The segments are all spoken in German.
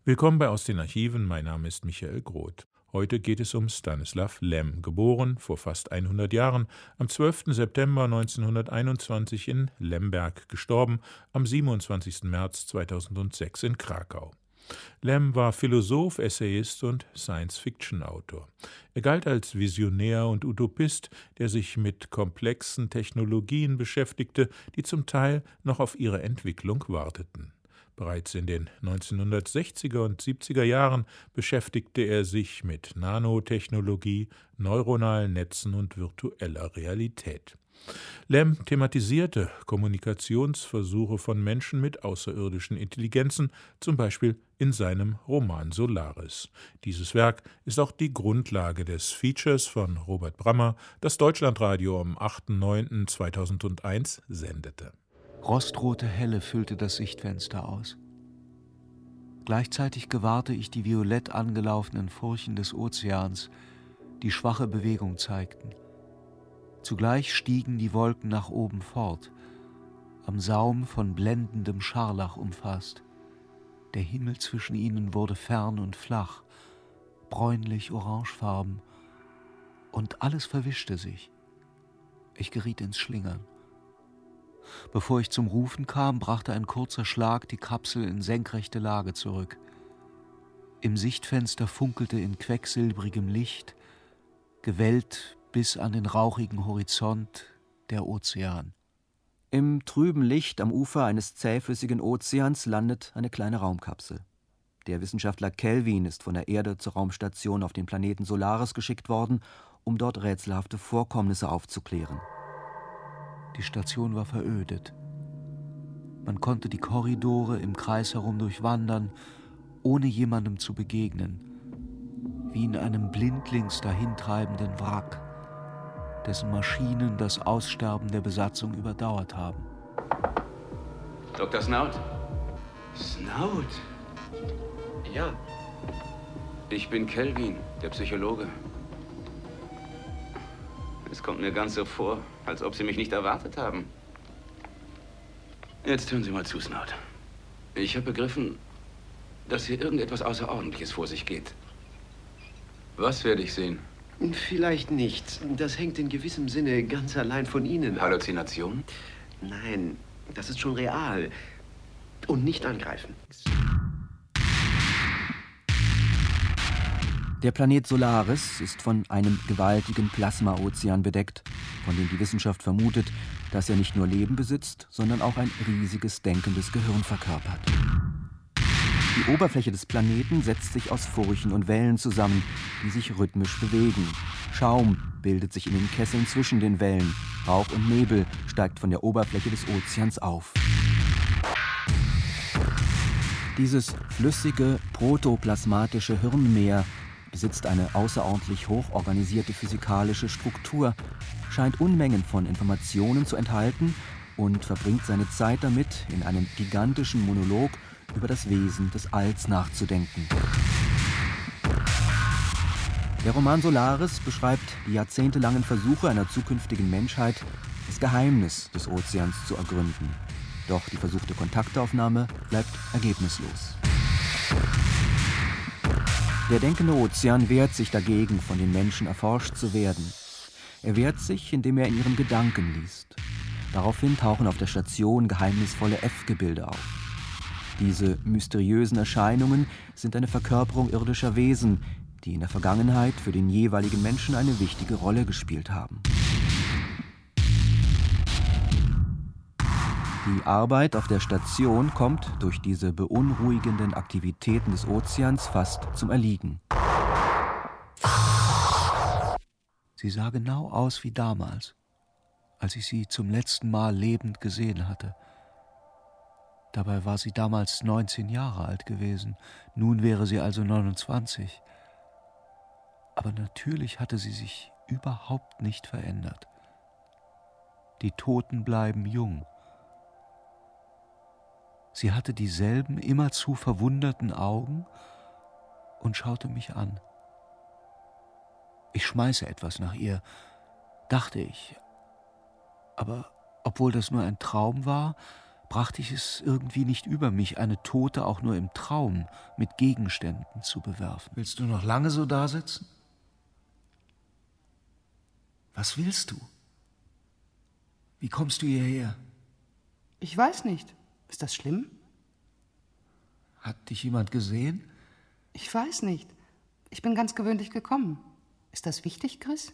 Willkommen bei Aus den Archiven, mein Name ist Michael Groth. Heute geht es um Stanislav Lem, geboren vor fast 100 Jahren, am 12. September 1921 in Lemberg, gestorben am 27. März 2006 in Krakau. Lem war Philosoph, Essayist und Science-Fiction-Autor. Er galt als Visionär und Utopist, der sich mit komplexen Technologien beschäftigte, die zum Teil noch auf ihre Entwicklung warteten. Bereits in den 1960er und 70er Jahren beschäftigte er sich mit Nanotechnologie, neuronalen Netzen und virtueller Realität. Lem thematisierte Kommunikationsversuche von Menschen mit außerirdischen Intelligenzen, zum Beispiel in seinem Roman Solaris. Dieses Werk ist auch die Grundlage des Features von Robert Brammer, das Deutschlandradio am 8.9.2001 sendete. Rostrote Helle füllte das Sichtfenster aus. Gleichzeitig gewahrte ich die violett angelaufenen Furchen des Ozeans, die schwache Bewegung zeigten. Zugleich stiegen die Wolken nach oben fort, am Saum von blendendem Scharlach umfasst. Der Himmel zwischen ihnen wurde fern und flach, bräunlich-orangefarben, und alles verwischte sich. Ich geriet ins Schlingern. Bevor ich zum Rufen kam, brachte ein kurzer Schlag die Kapsel in senkrechte Lage zurück. Im Sichtfenster funkelte in quecksilbrigem Licht, gewellt bis an den rauchigen Horizont, der Ozean. Im trüben Licht am Ufer eines zähflüssigen Ozeans landet eine kleine Raumkapsel. Der Wissenschaftler Kelvin ist von der Erde zur Raumstation auf den Planeten Solaris geschickt worden, um dort rätselhafte Vorkommnisse aufzuklären. Die Station war verödet. Man konnte die Korridore im Kreis herum durchwandern, ohne jemandem zu begegnen, wie in einem blindlings dahintreibenden Wrack, dessen Maschinen das Aussterben der Besatzung überdauert haben. Dr. Snout? Snout? Ja. Ich bin Kelvin, der Psychologe. Es kommt mir ganz so vor, als ob Sie mich nicht erwartet haben. Jetzt hören Sie mal zu, Snout. Ich habe begriffen, dass hier irgendetwas Außerordentliches vor sich geht. Was werde ich sehen? Vielleicht nichts. Das hängt in gewissem Sinne ganz allein von Ihnen ab. Halluzination? Nein, das ist schon real. Und nicht angreifen. Der Planet Solaris ist von einem gewaltigen Plasmaozean bedeckt, von dem die Wissenschaft vermutet, dass er nicht nur Leben besitzt, sondern auch ein riesiges, denkendes Gehirn verkörpert. Die Oberfläche des Planeten setzt sich aus Furchen und Wellen zusammen, die sich rhythmisch bewegen. Schaum bildet sich in den Kesseln zwischen den Wellen. Rauch und Nebel steigt von der Oberfläche des Ozeans auf. Dieses flüssige, protoplasmatische Hirnmeer besitzt eine außerordentlich hochorganisierte physikalische Struktur, scheint Unmengen von Informationen zu enthalten und verbringt seine Zeit damit, in einem gigantischen Monolog über das Wesen des Alls nachzudenken. Der Roman Solaris beschreibt die jahrzehntelangen Versuche einer zukünftigen Menschheit, das Geheimnis des Ozeans zu ergründen. Doch die versuchte Kontaktaufnahme bleibt ergebnislos. Der denkende Ozean wehrt sich dagegen, von den Menschen erforscht zu werden. Er wehrt sich, indem er in ihren Gedanken liest. Daraufhin tauchen auf der Station geheimnisvolle F-Gebilde auf. Diese mysteriösen Erscheinungen sind eine Verkörperung irdischer Wesen, die in der Vergangenheit für den jeweiligen Menschen eine wichtige Rolle gespielt haben. Die Arbeit auf der Station kommt durch diese beunruhigenden Aktivitäten des Ozeans fast zum Erliegen. Sie sah genau aus wie damals, als ich sie zum letzten Mal lebend gesehen hatte. Dabei war sie damals 19 Jahre alt gewesen, nun wäre sie also 29. Aber natürlich hatte sie sich überhaupt nicht verändert. Die Toten bleiben jung. Sie hatte dieselben immerzu verwunderten Augen und schaute mich an. Ich schmeiße etwas nach ihr, dachte ich. Aber obwohl das nur ein Traum war, brachte ich es irgendwie nicht über mich, eine Tote auch nur im Traum mit Gegenständen zu bewerfen. Willst du noch lange so dasitzen? Was willst du? Wie kommst du hierher? Ich weiß nicht. Ist das schlimm? Hat dich jemand gesehen? Ich weiß nicht. Ich bin ganz gewöhnlich gekommen. Ist das wichtig, Chris?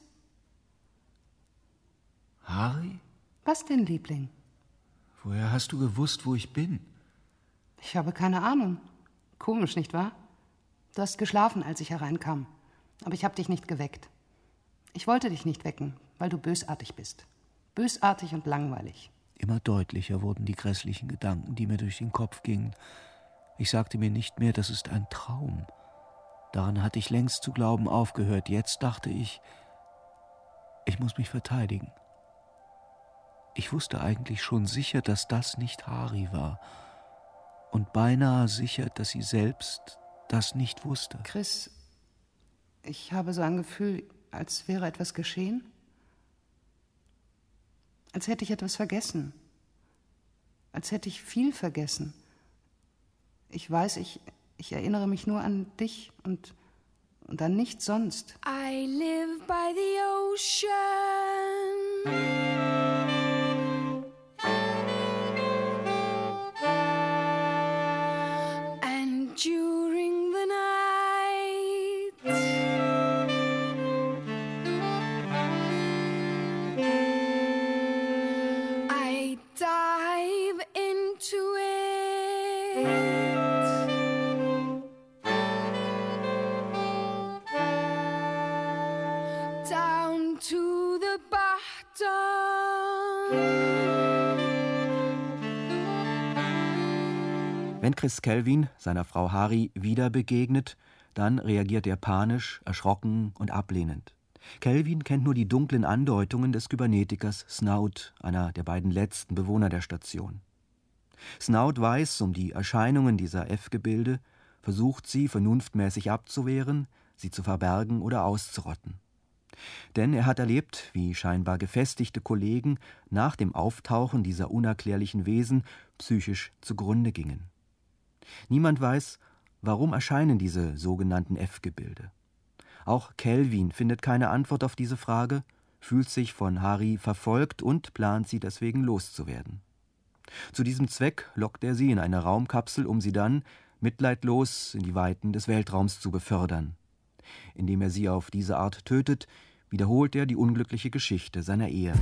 Harry? Was denn, Liebling? Woher hast du gewusst, wo ich bin? Ich habe keine Ahnung. Komisch, nicht wahr? Du hast geschlafen, als ich hereinkam. Aber ich habe dich nicht geweckt. Ich wollte dich nicht wecken, weil du bösartig bist. Bösartig und langweilig. Immer deutlicher wurden die grässlichen Gedanken, die mir durch den Kopf gingen. Ich sagte mir nicht mehr, das ist ein Traum. Daran hatte ich längst zu glauben aufgehört. Jetzt dachte ich muss mich verteidigen. Ich wusste eigentlich schon sicher, dass das nicht Harry war. Und beinahe sicher, dass sie selbst das nicht wusste. Chris, ich habe so ein Gefühl, als wäre etwas geschehen. Als hätte ich etwas vergessen. Als hätte ich viel vergessen. Ich weiß, ich erinnere mich nur an dich und an nichts sonst. I live by the ocean. And during the night I dive into it. Down to the bottom. Wenn Chris Kelvin seiner Frau Harry wieder begegnet, dann reagiert er panisch, erschrocken und ablehnend. Kelvin kennt nur die dunklen Andeutungen des Kybernetikers Snout, einer der beiden letzten Bewohner der Station. Snout weiß um die Erscheinungen dieser F-Gebilde, versucht sie vernunftmäßig abzuwehren, sie zu verbergen oder auszurotten. Denn er hat erlebt, wie scheinbar gefestigte Kollegen nach dem Auftauchen dieser unerklärlichen Wesen psychisch zugrunde gingen. Niemand weiß, warum erscheinen diese sogenannten F-Gebilde. Auch Kelvin findet keine Antwort auf diese Frage, fühlt sich von Harry verfolgt und plant, sie deswegen loszuwerden. Zu diesem Zweck lockt er sie in eine Raumkapsel, um sie dann mitleidlos in die Weiten des Weltraums zu befördern. Indem er sie auf diese Art tötet, wiederholt er die unglückliche Geschichte seiner Ehe.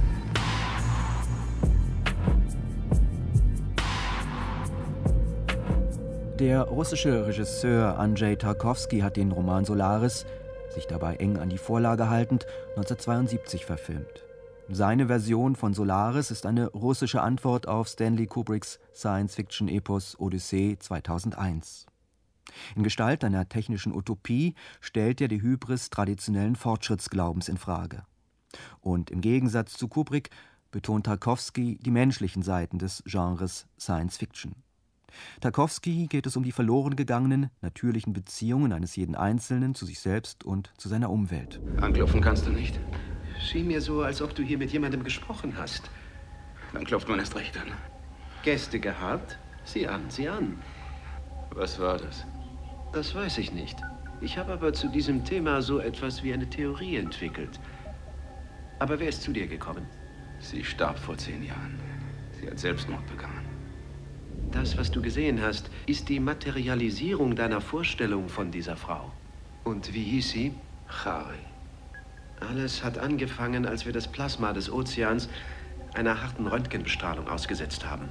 Der russische Regisseur Andrzej Tarkowski hat den Roman Solaris, sich dabei eng an die Vorlage haltend, 1972 verfilmt. Seine Version von Solaris ist eine russische Antwort auf Stanley Kubricks Science-Fiction-Epos Odyssee 2001. In Gestalt einer technischen Utopie stellt er die Hybris traditionellen Fortschrittsglaubens in Frage. Und im Gegensatz zu Kubrick betont Tarkowski die menschlichen Seiten des Genres Science-Fiction. Tarkowski geht es um die verloren gegangenen, natürlichen Beziehungen eines jeden Einzelnen zu sich selbst und zu seiner Umwelt. Anklopfen kannst du nicht? Schien mir so, als ob du hier mit jemandem gesprochen hast. Dann klopft man erst recht an. Gäste gehabt? Sieh an, sieh an. Was war das? Das weiß ich nicht. Ich habe aber zu diesem Thema so etwas wie eine Theorie entwickelt. Aber wer ist zu dir gekommen? Sie starb vor 10 Jahren. Sie hat Selbstmord begangen. Das, was du gesehen hast, ist die Materialisierung deiner Vorstellung von dieser Frau. Und wie hieß sie? Harry. Alles hat angefangen, als wir das Plasma des Ozeans einer harten Röntgenbestrahlung ausgesetzt haben.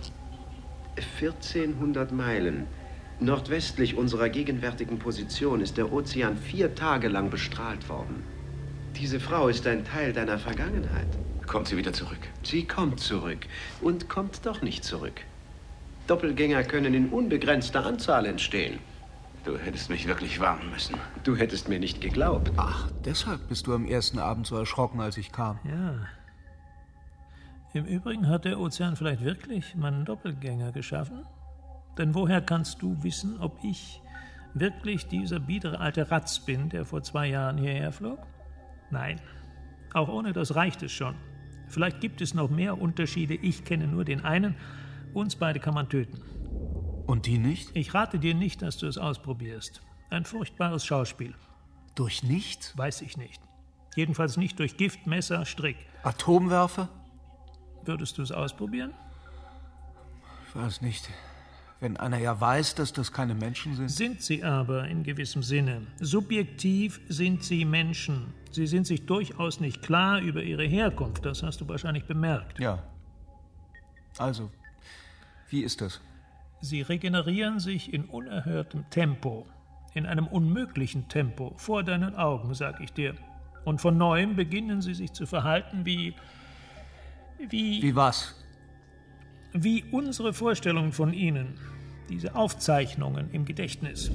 1400 Meilen nordwestlich unserer gegenwärtigen Position ist der Ozean 4 Tage lang bestrahlt worden. Diese Frau ist ein Teil deiner Vergangenheit. Kommt sie wieder zurück? Sie kommt zurück und kommt doch nicht zurück. Doppelgänger können in unbegrenzter Anzahl entstehen. Du hättest mich wirklich warnen müssen. Du hättest mir nicht geglaubt. Ach, deshalb bist du am ersten Abend so erschrocken, als ich kam. Ja. Im Übrigen hat der Ozean vielleicht wirklich meinen Doppelgänger geschaffen? Denn woher kannst du wissen, ob ich wirklich dieser biedere alte Ratz bin, der vor 2 Jahren hierher flog? Nein. Auch ohne das reicht es schon. Vielleicht gibt es noch mehr Unterschiede, ich kenne nur den einen, Uns beide kann man töten. Und die nicht? Ich rate dir nicht, dass du es ausprobierst. Ein furchtbares Schauspiel. Durch nichts? Weiß ich nicht. Jedenfalls nicht durch Gift, Messer, Strick. Atomwerfer? Würdest du es ausprobieren? Ich weiß nicht. Wenn einer ja weiß, dass das keine Menschen sind. Sind sie aber in gewissem Sinne. Subjektiv sind sie Menschen. Sie sind sich durchaus nicht klar über ihre Herkunft. Das hast du wahrscheinlich bemerkt. Ja. Also, wie ist das? Sie regenerieren sich in unerhörtem Tempo. In einem unmöglichen Tempo. Vor deinen Augen, sag ich dir. Und von Neuem beginnen sie sich zu verhalten wie... Wie was? Wie unsere Vorstellungen von ihnen. Diese Aufzeichnungen im Gedächtnis.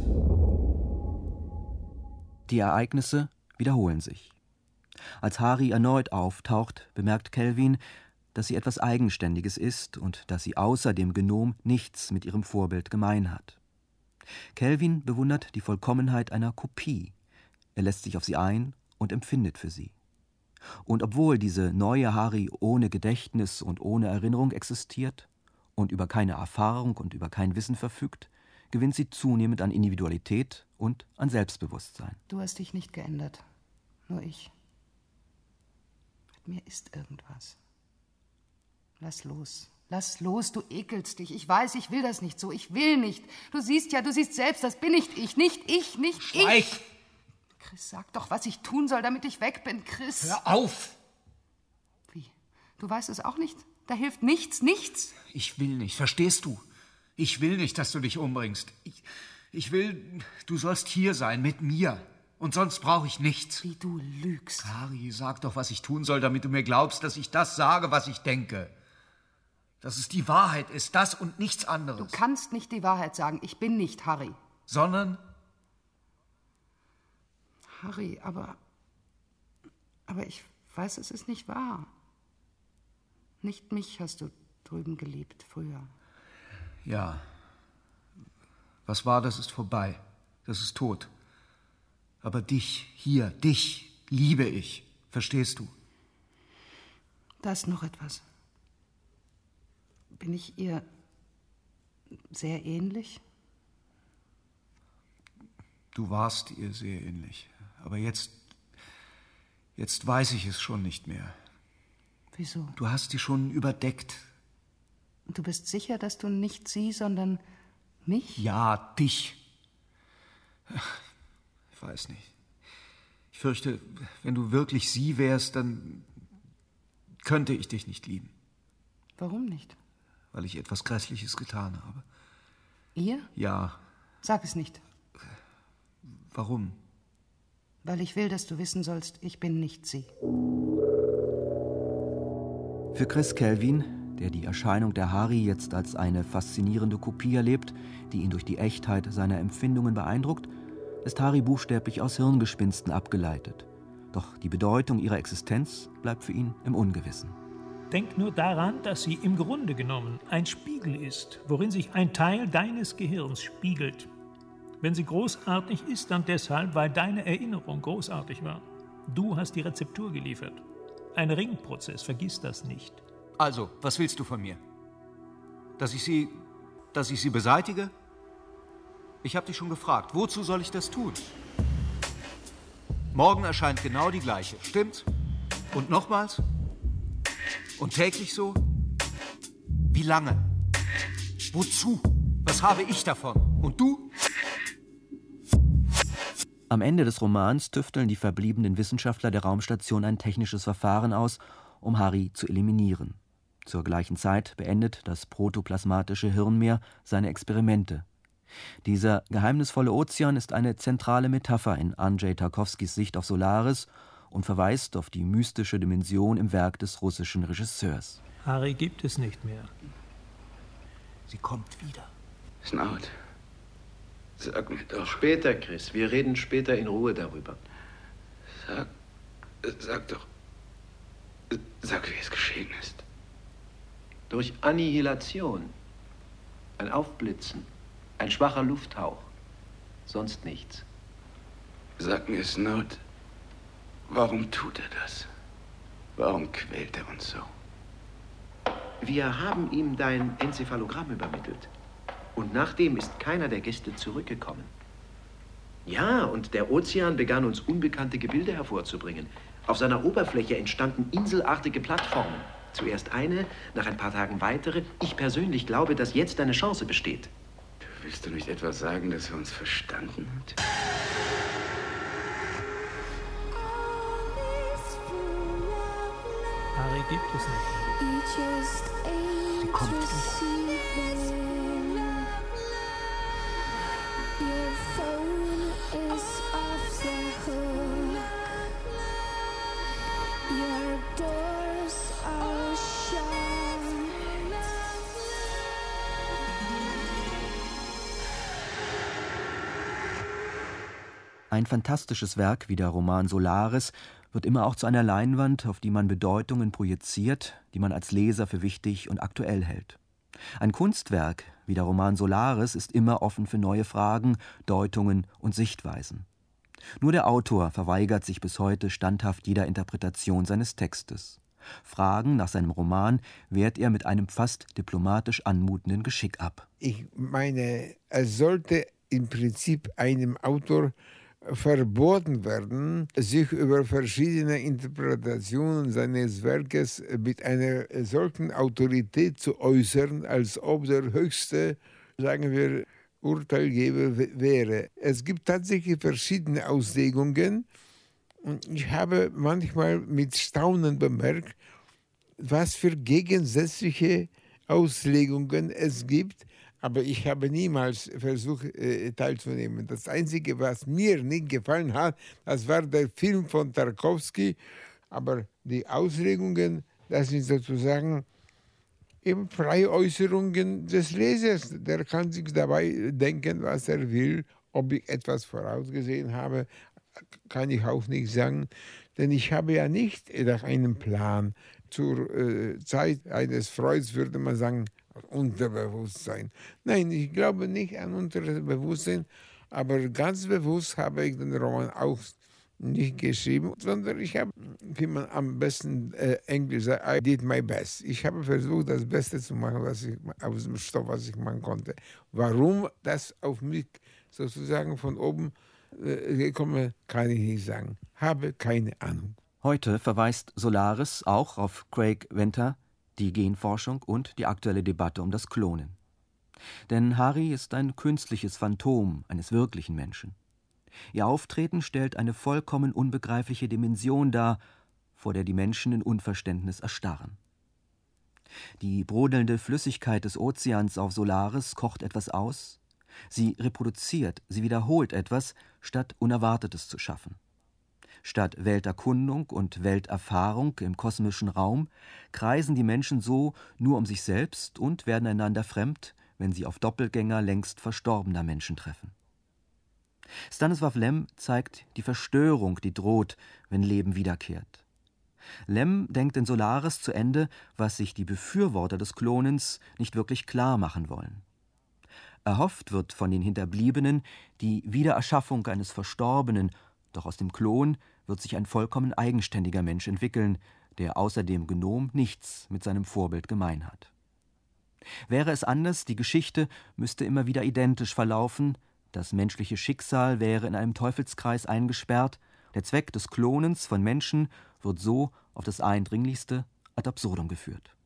Die Ereignisse wiederholen sich. Als Harry erneut auftaucht, bemerkt Kelvin, dass sie etwas Eigenständiges ist und dass sie außer dem Genom nichts mit ihrem Vorbild gemein hat. Kelvin bewundert die Vollkommenheit einer Kopie. Er lässt sich auf sie ein und empfindet für sie. Und obwohl diese neue Harry ohne Gedächtnis und ohne Erinnerung existiert und über keine Erfahrung und über kein Wissen verfügt, gewinnt sie zunehmend an Individualität und an Selbstbewusstsein. Du hast dich nicht geändert, nur ich. Mit mir ist irgendwas. Lass los. Lass los, du ekelst dich. Ich weiß, ich will das nicht so. Ich will nicht. Du siehst selbst, das bin nicht ich. Nicht ich, nicht Schweig! Ich. Chris, sag doch, was ich tun soll, damit ich weg bin, Chris. Hör auf! Wie? Du weißt es auch nicht? Da hilft nichts, nichts? Ich will nicht, verstehst du? Ich will nicht, dass du dich umbringst. Ich will, du sollst hier sein, mit mir. Und sonst brauche ich nichts. Wie du lügst. Harry, sag doch, was ich tun soll, damit du mir glaubst, dass ich das sage, was ich denke. Dass es die Wahrheit ist, das und nichts anderes. Du kannst nicht die Wahrheit sagen. Ich bin nicht Harry. Sondern? Harry, aber ich weiß, es ist nicht wahr. Nicht mich hast du drüben geliebt, früher. Ja. Was war, das ist vorbei. Das ist tot. Aber dich, hier, dich liebe ich. Verstehst du? Da ist noch etwas. Bin ich ihr sehr ähnlich? Du warst ihr sehr ähnlich. Aber jetzt weiß ich es schon nicht mehr. Wieso? Du hast sie schon überdeckt. Du bist sicher, dass du nicht sie, sondern mich? Ja, dich. Ich weiß nicht. Ich fürchte, wenn du wirklich sie wärst, dann könnte ich dich nicht lieben. Warum nicht? Weil ich etwas Grässliches getan habe. Ihr? Ja. Sag es nicht. Warum? Weil ich will, dass du wissen sollst, ich bin nicht sie. Für Chris Kelvin, der die Erscheinung der Harry jetzt als eine faszinierende Kopie erlebt, die ihn durch die Echtheit seiner Empfindungen beeindruckt, ist Harry buchstäblich aus Hirngespinsten abgeleitet. Doch die Bedeutung ihrer Existenz bleibt für ihn im Ungewissen. Denk nur daran, dass sie im Grunde genommen ein Spiegel ist, worin sich ein Teil deines Gehirns spiegelt. Wenn sie großartig ist, dann deshalb, weil deine Erinnerung großartig war. Du hast die Rezeptur geliefert. Ein Ringprozess, vergiss das nicht. Also, was willst du von mir? Dass ich sie beseitige? Ich habe dich schon gefragt, wozu soll ich das tun? Morgen erscheint genau die gleiche, stimmt's? Und nochmals? Und täglich so? Wie lange? Wozu? Was habe ich davon? Und du? Am Ende des Romans tüfteln die verbliebenen Wissenschaftler der Raumstation ein technisches Verfahren aus, um Harry zu eliminieren. Zur gleichen Zeit beendet das protoplasmatische Hirnmeer seine Experimente. Dieser geheimnisvolle Ozean ist eine zentrale Metapher in Andrzej Tarkowskis Sicht auf Solaris und verweist auf die mystische Dimension im Werk des russischen Regisseurs. Harry gibt es nicht mehr. Sie kommt wieder. Snout, sag mir doch. Später, Chris. Wir reden später in Ruhe darüber. Sag doch. Sag, wie es geschehen ist. Durch Annihilation. Ein Aufblitzen. Ein schwacher Lufthauch. Sonst nichts. Sag mir, Snout, warum tut er das? Warum quält er uns so? Wir haben ihm dein Enzephalogramm übermittelt. Und nachdem ist keiner der Gäste zurückgekommen. Ja, und der Ozean begann uns unbekannte Gebilde hervorzubringen. Auf seiner Oberfläche entstanden inselartige Plattformen. Zuerst eine, nach ein paar Tagen weitere. Ich persönlich glaube, dass jetzt eine Chance besteht. Willst du nicht etwas sagen, dass er uns verstanden hat? Harry gibt es nicht. Sie kommt wieder. Ein fantastisches Werk wie der Roman Solaris wird immer auch zu einer Leinwand, auf die man Bedeutungen projiziert, die man als Leser für wichtig und aktuell hält. Ein Kunstwerk wie der Roman Solaris ist immer offen für neue Fragen, Deutungen und Sichtweisen. Nur der Autor verweigert sich bis heute standhaft jeder Interpretation seines Textes. Fragen nach seinem Roman wehrt er mit einem fast diplomatisch anmutenden Geschick ab. Ich meine, es sollte im Prinzip einem Autor verboten werden, sich über verschiedene Interpretationen seines Werkes mit einer solchen Autorität zu äußern, als ob der höchste, sagen wir, Urteilgeber wäre. Es gibt tatsächlich verschiedene Auslegungen und ich habe manchmal mit Staunen bemerkt, was für gegensätzliche Auslegungen es gibt. Aber ich habe niemals versucht, teilzunehmen. Das Einzige, was mir nicht gefallen hat, das war der Film von Tarkowski. Aber die Auslegungen, das sind sozusagen eben freie Äußerungen des Lesers. Der kann sich dabei denken, was er will. Ob ich etwas vorausgesehen habe, kann ich auch nicht sagen. Denn ich habe ja nicht nach einem Plan. Zur Zeit eines Freuds würde man sagen, Unterbewusstsein. Nein, ich glaube nicht an Unterbewusstsein, aber ganz bewusst habe ich den Roman auch nicht geschrieben, sondern ich habe, wie man am besten Englisch sagt, I did my best. Ich habe versucht, das Beste zu machen, was ich aus dem Stoff, was ich machen konnte. Warum das auf mich sozusagen von oben gekommen, kann ich nicht sagen. Habe keine Ahnung. Heute verweist Solaris auch auf Craig Venter, die Genforschung und die aktuelle Debatte um das Klonen. Denn Harry ist ein künstliches Phantom eines wirklichen Menschen. Ihr Auftreten stellt eine vollkommen unbegreifliche Dimension dar, vor der die Menschen in Unverständnis erstarren. Die brodelnde Flüssigkeit des Ozeans auf Solaris kocht etwas aus, sie reproduziert, sie wiederholt etwas, statt Unerwartetes zu schaffen. Statt Welterkundung und Welterfahrung im kosmischen Raum kreisen die Menschen so nur um sich selbst und werden einander fremd, wenn sie auf Doppelgänger längst verstorbener Menschen treffen. Stanisław Lem zeigt die Verstörung, die droht, wenn Leben wiederkehrt. Lem denkt in Solaris zu Ende, was sich die Befürworter des Klonens nicht wirklich klar machen wollen. Erhofft wird von den Hinterbliebenen die Wiedererschaffung eines Verstorbenen, doch aus dem Klon wird sich ein vollkommen eigenständiger Mensch entwickeln, der außer dem Genom nichts mit seinem Vorbild gemein hat. Wäre es anders, die Geschichte müsste immer wieder identisch verlaufen, das menschliche Schicksal wäre in einem Teufelskreis eingesperrt, der Zweck des Klonens von Menschen wird so auf das Eindringlichste ad absurdum geführt.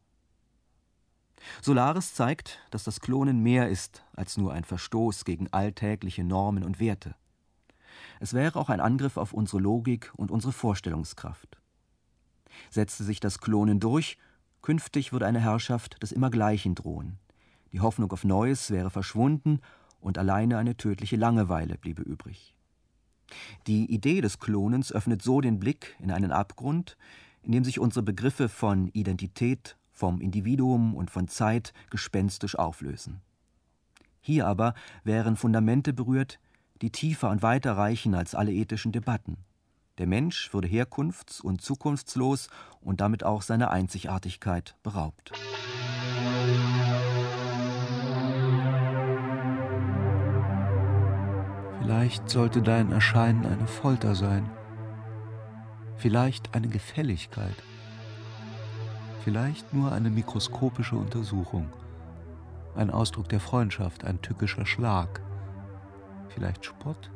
Solaris zeigt, dass das Klonen mehr ist als nur ein Verstoß gegen alltägliche Normen und Werte. Es wäre auch ein Angriff auf unsere Logik und unsere Vorstellungskraft. Setzte sich das Klonen durch, künftig würde eine Herrschaft des Immergleichen drohen. Die Hoffnung auf Neues wäre verschwunden und alleine eine tödliche Langeweile bliebe übrig. Die Idee des Klonens öffnet so den Blick in einen Abgrund, in dem sich unsere Begriffe von Identität, vom Individuum und von Zeit gespenstisch auflösen. Hier aber wären Fundamente berührt, die tiefer und weiter reichen als alle ethischen Debatten. Der Mensch würde herkunfts- und zukunftslos und damit auch seiner Einzigartigkeit beraubt. Vielleicht sollte dein Erscheinen eine Folter sein. Vielleicht eine Gefälligkeit. Vielleicht nur eine mikroskopische Untersuchung, ein Ausdruck der Freundschaft, ein tückischer Schlag. Vielleicht Spott?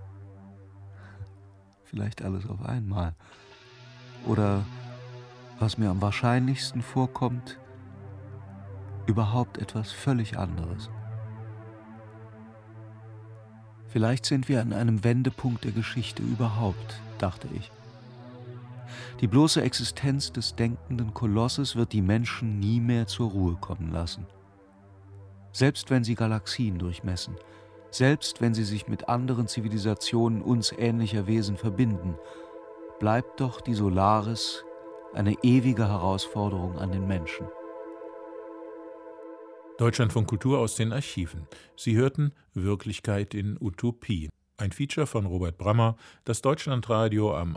Vielleicht alles auf einmal. Oder, was mir am wahrscheinlichsten vorkommt, überhaupt etwas völlig anderes. Vielleicht sind wir an einem Wendepunkt der Geschichte überhaupt, dachte ich. Die bloße Existenz des denkenden Kolosses wird die Menschen nie mehr zur Ruhe kommen lassen. Selbst wenn sie Galaxien durchmessen, selbst wenn sie sich mit anderen Zivilisationen uns ähnlicher Wesen verbinden, bleibt doch die Solaris eine ewige Herausforderung an den Menschen. Deutschlandfunk Kultur aus den Archiven. Sie hörten Wirklichkeit in Utopie. Ein Feature von Robert Brammer, das Deutschlandradio am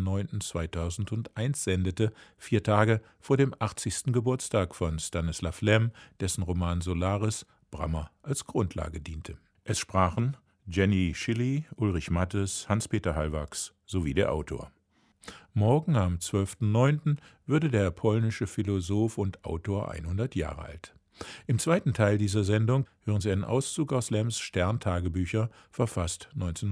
8.9.2001 sendete, 4 Tage vor dem 80. Geburtstag von Stanislav Lem, dessen Roman Solaris Brammer als Grundlage diente. Es sprachen Jenny Schilly, Ulrich Mattes, Hans-Peter Hallwachs sowie der Autor. Morgen am 12.9. würde der polnische Philosoph und Autor 100 Jahre alt. Im zweiten Teil dieser Sendung hören Sie einen Auszug aus Lems Stern-Tagebücher, verfasst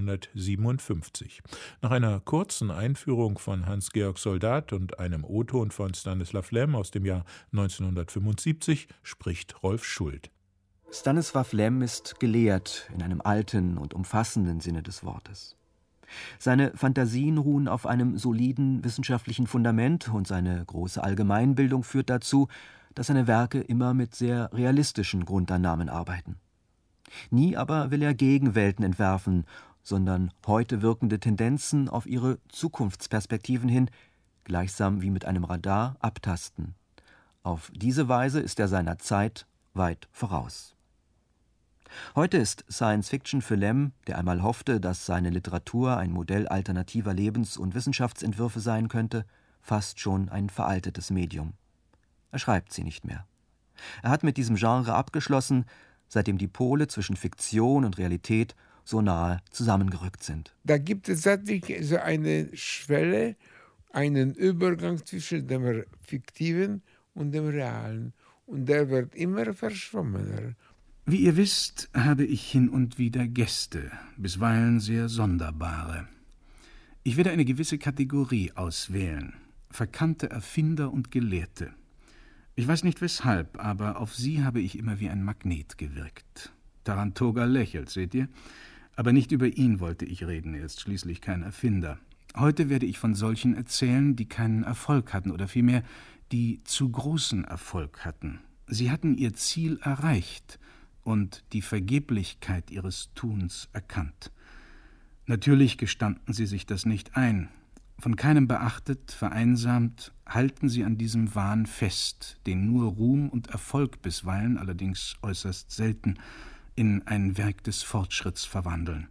1957. Nach einer kurzen Einführung von Hans-Georg Soldat und einem O-Ton von Stanislav Lem aus dem Jahr 1975 spricht Rolf Schuld. Stanislav Lem ist gelehrt in einem alten und umfassenden Sinne des Wortes. Seine Fantasien ruhen auf einem soliden wissenschaftlichen Fundament und seine große Allgemeinbildung führt dazu, dass seine Werke immer mit sehr realistischen Grundannahmen arbeiten. Nie aber will er Gegenwelten entwerfen, sondern heute wirkende Tendenzen auf ihre Zukunftsperspektiven hin, gleichsam wie mit einem Radar, abtasten. Auf diese Weise ist er seiner Zeit weit voraus. Heute ist Science Fiction für Lem, der einmal hoffte, dass seine Literatur ein Modell alternativer Lebens- und Wissenschaftsentwürfe sein könnte, fast schon ein veraltetes Medium. Er schreibt sie nicht mehr. Er hat mit diesem Genre abgeschlossen, seitdem die Pole zwischen Fiktion und Realität so nahe zusammengerückt sind. Da gibt es tatsächlich so eine Schwelle, einen Übergang zwischen dem Fiktiven und dem Realen. Und der wird immer verschwommener. Wie ihr wisst, habe ich hin und wieder Gäste, bisweilen sehr sonderbare. Ich werde eine gewisse Kategorie auswählen: verkannte Erfinder und Gelehrte. Ich weiß nicht weshalb, aber auf sie habe ich immer wie ein Magnet gewirkt. Tarantoga lächelt, seht ihr? Aber nicht über ihn wollte ich reden, er ist schließlich kein Erfinder. Heute werde ich von solchen erzählen, die keinen Erfolg hatten, oder vielmehr, die zu großen Erfolg hatten. Sie hatten ihr Ziel erreicht und die Vergeblichkeit ihres Tuns erkannt. Natürlich gestanden sie sich das nicht ein. Von keinem beachtet, vereinsamt, halten sie an diesem Wahn fest, den nur Ruhm und Erfolg bisweilen, allerdings äußerst selten, in ein Werk des Fortschritts verwandeln.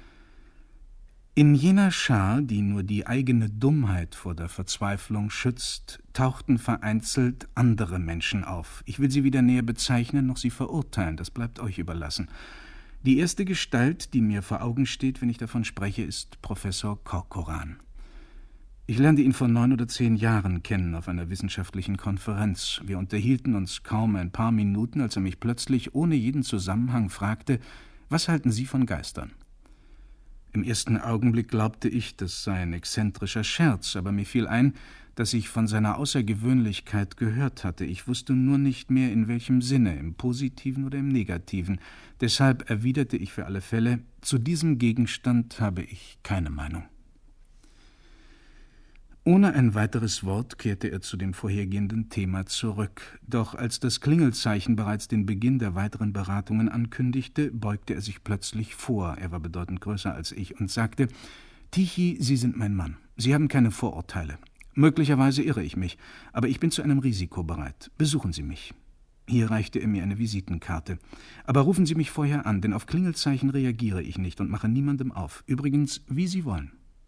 In jener Schar, die nur die eigene Dummheit vor der Verzweiflung schützt, tauchten vereinzelt andere Menschen auf. Ich will sie weder näher bezeichnen, noch sie verurteilen, das bleibt euch überlassen. Die erste Gestalt, die mir vor Augen steht, wenn ich davon spreche, ist Professor Corcoran. Ich lernte ihn vor 9 oder 10 Jahren kennen auf einer wissenschaftlichen Konferenz. Wir unterhielten uns kaum ein paar Minuten, als er mich plötzlich ohne jeden Zusammenhang fragte: Was halten Sie von Geistern? Im ersten Augenblick glaubte ich, das sei ein exzentrischer Scherz, aber mir fiel ein, dass ich von seiner Außergewöhnlichkeit gehört hatte. Ich wusste nur nicht mehr, in welchem Sinne, im Positiven oder im Negativen. Deshalb erwiderte ich für alle Fälle: Zu diesem Gegenstand habe ich keine Meinung. Ohne ein weiteres Wort kehrte er zu dem vorhergehenden Thema zurück. Doch als das Klingelzeichen bereits den Beginn der weiteren Beratungen ankündigte, beugte er sich plötzlich vor, er war bedeutend größer als ich, und sagte: Tichy, Sie sind mein Mann. Sie haben keine Vorurteile. Möglicherweise irre ich mich, aber ich bin zu einem Risiko bereit. Besuchen Sie mich. Hier reichte er mir eine Visitenkarte. Aber rufen Sie mich vorher an, denn auf Klingelzeichen reagiere ich nicht und mache niemandem auf. Übrigens, wie Sie wollen.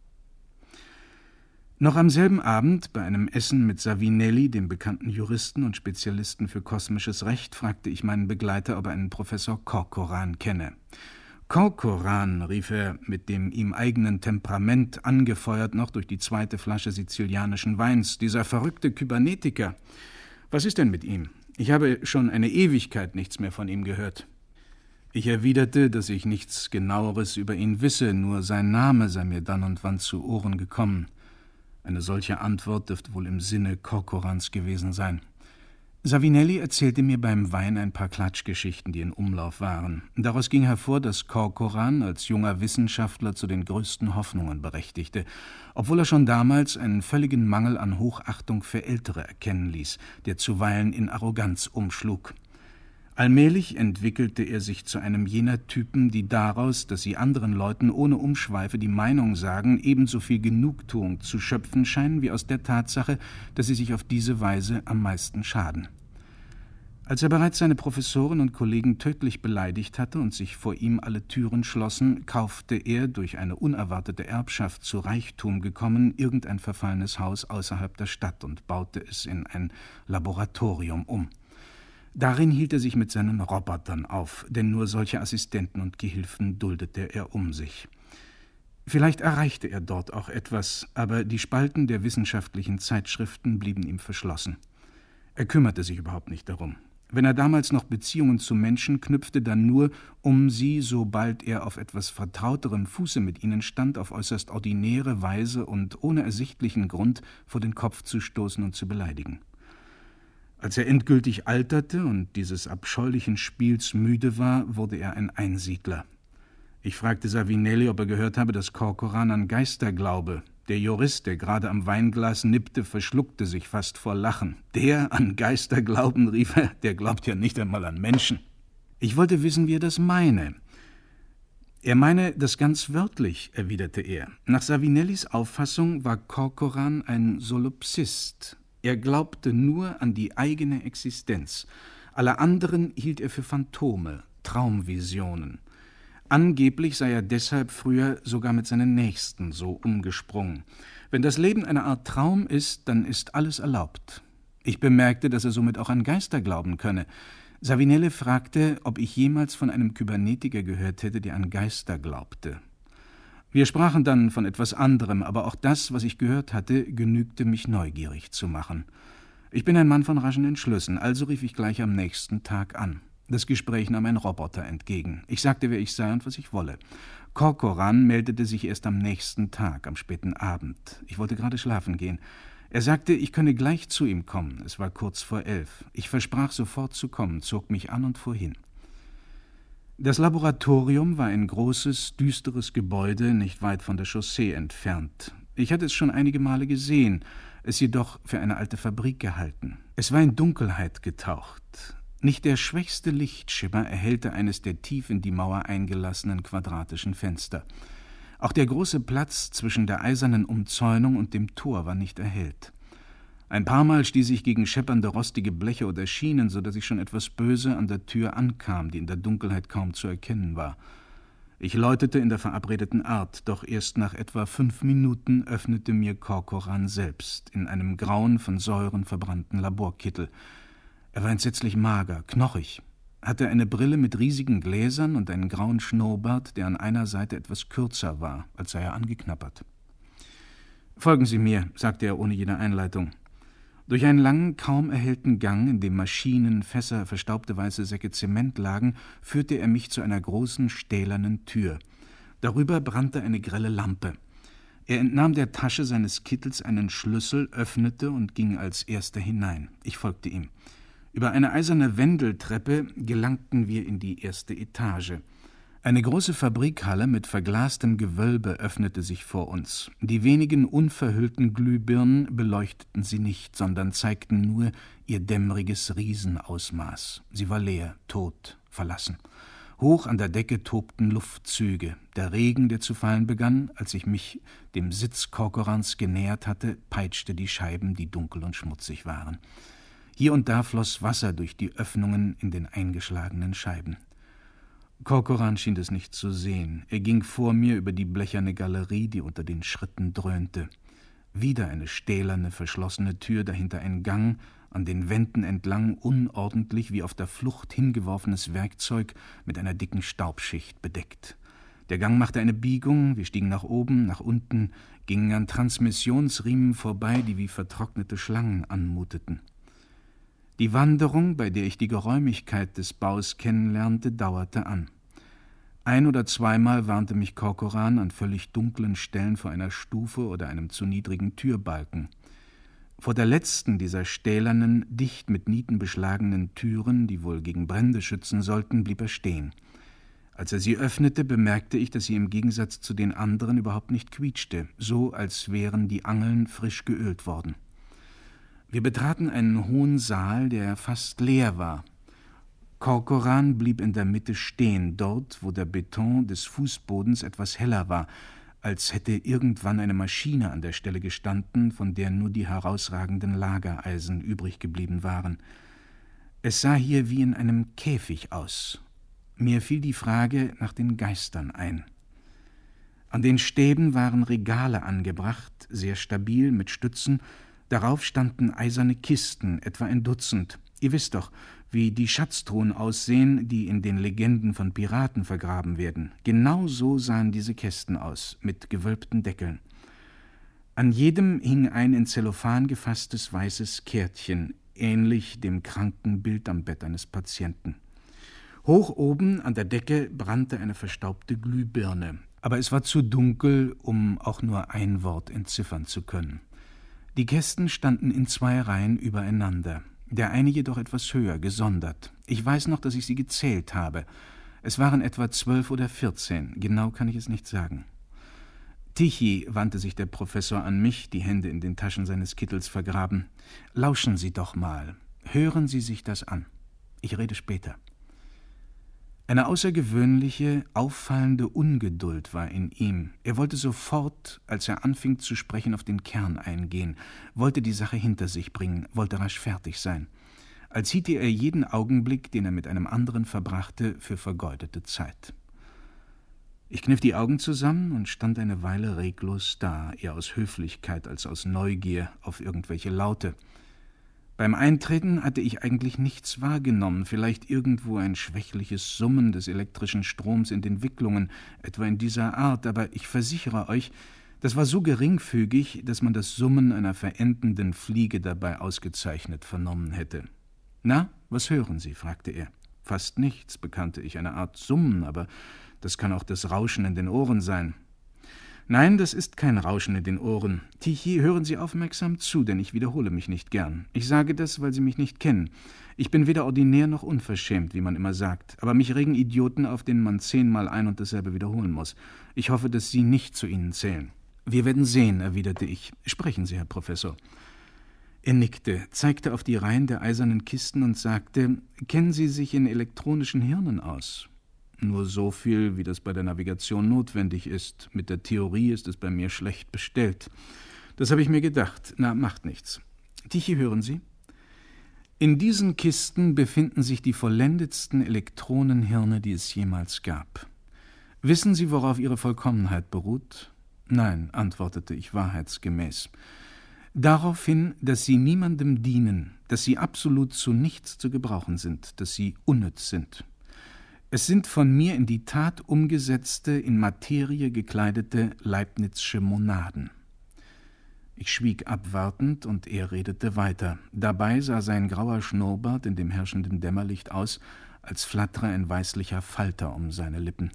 Noch am selben Abend, bei einem Essen mit Savinelli, dem bekannten Juristen und Spezialisten für kosmisches Recht, fragte ich meinen Begleiter, ob er einen Professor Corcoran kenne. Corcoran, rief er mit dem ihm eigenen Temperament, angefeuert noch durch die 2. Flasche sizilianischen Weins, dieser verrückte Kybernetiker. »Was ist denn mit ihm? Ich habe schon eine Ewigkeit nichts mehr von ihm gehört.« Ich erwiderte, dass ich nichts Genaueres über ihn wisse, nur sein Name sei mir dann und wann zu Ohren gekommen. Eine solche Antwort dürfte wohl im Sinne Corcorans gewesen sein. Savinelli erzählte mir beim Wein ein paar Klatschgeschichten, die in Umlauf waren. Daraus ging hervor, dass Corcoran als junger Wissenschaftler zu den größten Hoffnungen berechtigte, obwohl er schon damals einen völligen Mangel an Hochachtung für Ältere erkennen ließ, der zuweilen in Arroganz umschlug. Allmählich entwickelte er sich zu einem jener Typen, die daraus, dass sie anderen Leuten ohne Umschweife die Meinung sagen, ebenso viel Genugtuung zu schöpfen scheinen, wie aus der Tatsache, dass sie sich auf diese Weise am meisten schaden. Als er bereits seine Professoren und Kollegen tödlich beleidigt hatte und sich vor ihm alle Türen schlossen, kaufte er, durch eine unerwartete Erbschaft zu Reichtum gekommen, irgendein verfallenes Haus außerhalb der Stadt und baute es in ein Laboratorium um. Darin hielt er sich mit seinen Robotern auf, denn nur solche Assistenten und Gehilfen duldete er um sich. Vielleicht erreichte er dort auch etwas, aber die Spalten der wissenschaftlichen Zeitschriften blieben ihm verschlossen. Er kümmerte sich überhaupt nicht darum. Wenn er damals noch Beziehungen zu Menschen knüpfte, dann nur, um sie, sobald er auf etwas vertrauterem Fuße mit ihnen stand, auf äußerst ordinäre Weise und ohne ersichtlichen Grund vor den Kopf zu stoßen und zu beleidigen. Als er endgültig alterte und dieses abscheulichen Spiels müde war, wurde er ein Einsiedler. Ich fragte Savinelli, ob er gehört habe, dass Corcoran an Geister glaube. Der Jurist, der gerade am Weinglas nippte, verschluckte sich fast vor Lachen. »Der an Geister glauben«, rief er, »der glaubt ja nicht einmal an Menschen.« Ich wollte wissen, wie er das meine. »Er meine das ganz wörtlich«, erwiderte er. Nach Savinellis Auffassung war Corcoran ein Solipsist. Er glaubte nur an die eigene Existenz. Alle anderen hielt er für Phantome, Traumvisionen. Angeblich sei er deshalb früher sogar mit seinen Nächsten so umgesprungen. Wenn das Leben eine Art Traum ist, dann ist alles erlaubt. Ich bemerkte, dass er somit auch an Geister glauben könne. Savinelli fragte, ob ich jemals von einem Kybernetiker gehört hätte, der an Geister glaubte. Wir sprachen dann von etwas anderem, aber auch das, was ich gehört hatte, genügte mich neugierig zu machen. Ich bin ein Mann von raschen Entschlüssen, also rief ich gleich am nächsten Tag an. Das Gespräch nahm ein Roboter entgegen. Ich sagte, wer ich sei und was ich wolle. Corcoran meldete sich erst am nächsten Tag, am späten Abend. Ich wollte gerade schlafen gehen. Er sagte, ich könne gleich zu ihm kommen. Es war kurz vor 11. Ich versprach sofort zu kommen, zog mich an und fuhr hin. Das Laboratorium war ein großes, düsteres Gebäude, nicht weit von der Chaussee entfernt. Ich hatte es schon einige Male gesehen, es jedoch für eine alte Fabrik gehalten. Es war in Dunkelheit getaucht. Nicht der schwächste Lichtschimmer erhellte eines der tief in die Mauer eingelassenen quadratischen Fenster. Auch der große Platz zwischen der eisernen Umzäunung und dem Tor war nicht erhellt. Ein paar Mal stieß ich gegen scheppernde rostige Bleche oder Schienen, so dass ich schon etwas böse an der Tür ankam, die in der Dunkelheit kaum zu erkennen war. Ich läutete in der verabredeten Art, doch erst nach etwa 5 Minuten öffnete mir Corcoran selbst, in einem grauen, von Säuren verbrannten Laborkittel. Er war entsetzlich mager, knochig, hatte eine Brille mit riesigen Gläsern und einen grauen Schnurrbart, der an einer Seite etwas kürzer war, als sei er angeknabbert. »Folgen Sie mir«, sagte er ohne jede Einleitung. Durch einen langen, kaum erhellten Gang, in dem Maschinen, Fässer, verstaubte weiße Säcke Zement lagen, führte er mich zu einer großen, stählernen Tür. Darüber brannte eine grelle Lampe. Er entnahm der Tasche seines Kittels einen Schlüssel, öffnete und ging als erster hinein. Ich folgte ihm. Über eine eiserne Wendeltreppe gelangten wir in die erste Etage. Eine große Fabrikhalle mit verglastem Gewölbe öffnete sich vor uns. Die wenigen unverhüllten Glühbirnen beleuchteten sie nicht, sondern zeigten nur ihr dämmeriges Riesenausmaß. Sie war leer, tot, verlassen. Hoch an der Decke tobten Luftzüge. Der Regen, der zu fallen begann, als ich mich dem Sitz Corcorans genähert hatte, peitschte die Scheiben, die dunkel und schmutzig waren. Hier und da floss Wasser durch die Öffnungen in den eingeschlagenen Scheiben. Corcoran schien es nicht zu sehen. Er ging vor mir über die blecherne Galerie, die unter den Schritten dröhnte. Wieder eine stählerne, verschlossene Tür, dahinter ein Gang, an den Wänden entlang unordentlich wie auf der Flucht hingeworfenes Werkzeug mit einer dicken Staubschicht bedeckt. Der Gang machte eine Biegung, wir stiegen nach oben, nach unten, gingen an Transmissionsriemen vorbei, die wie vertrocknete Schlangen anmuteten. Die Wanderung, bei der ich die Geräumigkeit des Baus kennenlernte, dauerte an. 1- oder zweimal warnte mich Corcoran an völlig dunklen Stellen vor einer Stufe oder einem zu niedrigen Türbalken. Vor der letzten dieser stählernen, dicht mit Nieten beschlagenen Türen, die wohl gegen Brände schützen sollten, blieb er stehen. Als er sie öffnete, bemerkte ich, dass sie im Gegensatz zu den anderen überhaupt nicht quietschte, so als wären die Angeln frisch geölt worden. Wir betraten einen hohen Saal, der fast leer war. Corcoran blieb in der Mitte stehen, dort, wo der Beton des Fußbodens etwas heller war, als hätte irgendwann eine Maschine an der Stelle gestanden, von der nur die herausragenden Lagereisen übrig geblieben waren. Es sah hier wie in einem Käfig aus. Mir fiel die Frage nach den Geistern ein. An den Stäben waren Regale angebracht, sehr stabil mit Stützen. Darauf standen eiserne Kisten, etwa ein Dutzend. Ihr wisst doch, wie die Schatztruhen aussehen, die in den Legenden von Piraten vergraben werden. Genau so sahen diese Kästen aus, mit gewölbten Deckeln. An jedem hing ein in Zellophan gefasstes weißes Kärtchen, ähnlich dem kranken Bild am Bett eines Patienten. Hoch oben an der Decke brannte eine verstaubte Glühbirne, aber es war zu dunkel, um auch nur ein Wort entziffern zu können. Die Kästen standen in 2 Reihen übereinander, der eine jedoch etwas höher, gesondert. Ich weiß noch, dass ich sie gezählt habe. Es waren etwa 12 oder 14, genau kann ich es nicht sagen. Tichy, wandte sich der Professor an mich, die Hände in den Taschen seines Kittels vergraben. Lauschen Sie doch mal, hören Sie sich das an. Ich rede später. Eine außergewöhnliche, auffallende Ungeduld war in ihm. Er wollte sofort, als er anfing zu sprechen, auf den Kern eingehen, wollte die Sache hinter sich bringen, wollte rasch fertig sein. Als hielte er jeden Augenblick, den er mit einem anderen verbrachte, für vergeudete Zeit. Ich kniff die Augen zusammen und stand eine Weile reglos da, eher aus Höflichkeit als aus Neugier auf irgendwelche Laute. Beim Eintreten hatte ich eigentlich nichts wahrgenommen, vielleicht irgendwo ein schwächliches Summen des elektrischen Stroms in den Wicklungen, etwa in dieser Art, aber ich versichere euch, das war so geringfügig, dass man das Summen einer verendenden Fliege dabei ausgezeichnet vernommen hätte. »Na, was hören Sie?« fragte er. »Fast nichts«, bekannte ich, »eine Art Summen, aber das kann auch das Rauschen in den Ohren sein.« »Nein, das ist kein Rauschen in den Ohren. Tichy, hören Sie aufmerksam zu, denn ich wiederhole mich nicht gern. Ich sage das, weil Sie mich nicht kennen. Ich bin weder ordinär noch unverschämt, wie man immer sagt. Aber mich regen Idioten, auf denen man 10-mal ein und dasselbe wiederholen muss. Ich hoffe, dass Sie nicht zu ihnen zählen.« »Wir werden sehen«, erwiderte ich. »Sprechen Sie, Herr Professor.« Er nickte, zeigte auf die Reihen der eisernen Kisten und sagte, »Kennen Sie sich in elektronischen Hirnen aus?« »Nur so viel, wie das bei der Navigation notwendig ist. Mit der Theorie ist es bei mir schlecht bestellt. Das habe ich mir gedacht. Na, macht nichts. Tichy, hören Sie? In diesen Kisten befinden sich die vollendetsten Elektronenhirne, die es jemals gab. Wissen Sie, worauf ihre Vollkommenheit beruht?« »Nein«, antwortete ich wahrheitsgemäß. »Daraufhin, dass sie niemandem dienen, dass sie absolut zu nichts zu gebrauchen sind, dass sie unnütz sind. Es sind von mir in die Tat umgesetzte, in Materie gekleidete Leibnizsche Monaden.« Ich schwieg abwartend und er redete weiter. Dabei sah sein grauer Schnurrbart in dem herrschenden Dämmerlicht aus, als flattere ein weißlicher Falter um seine Lippen.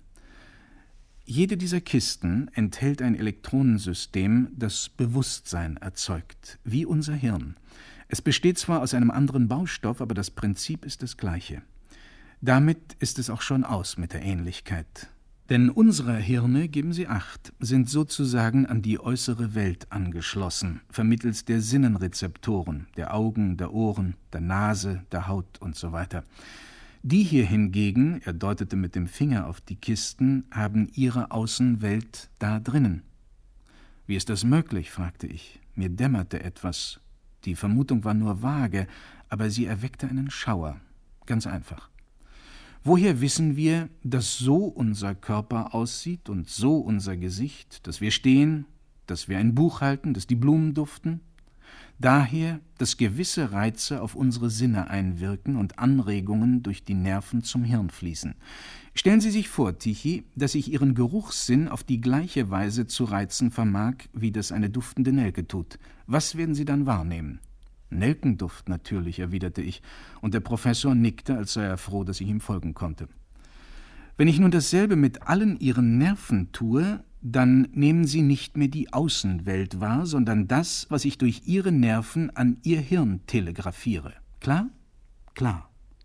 Jede dieser Kisten enthält ein Elektronensystem, das Bewusstsein erzeugt, wie unser Hirn. Es besteht zwar aus einem anderen Baustoff, aber das Prinzip ist das gleiche. Damit ist es auch schon aus mit der Ähnlichkeit. Denn unsere Hirne, geben Sie Acht, sind sozusagen an die äußere Welt angeschlossen, vermittels der Sinnenrezeptoren, der Augen, der Ohren, der Nase, der Haut und so weiter. Die hier hingegen, er deutete mit dem Finger auf die Kisten, haben ihre Außenwelt da drinnen. »Wie ist das möglich?« fragte ich. Mir dämmerte etwas. Die Vermutung war nur vage, aber sie erweckte einen Schauer. Ganz einfach. Woher wissen wir, dass so unser Körper aussieht und so unser Gesicht, dass wir stehen, dass wir ein Buch halten, dass die Blumen duften? Daher, dass gewisse Reize auf unsere Sinne einwirken und Anregungen durch die Nerven zum Hirn fließen. Stellen Sie sich vor, Tichy, dass ich Ihren Geruchssinn auf die gleiche Weise zu reizen vermag, wie das eine duftende Nelke tut. Was werden Sie dann wahrnehmen? »Nelkenduft natürlich«, erwiderte ich, und der Professor nickte, als sei er froh, dass ich ihm folgen konnte. »Wenn ich nun dasselbe mit allen Ihren Nerven tue, dann nehmen Sie nicht mehr die Außenwelt wahr, sondern das, was ich durch Ihre Nerven an Ihr Hirn telegrafiere. Klar?« »Klar.«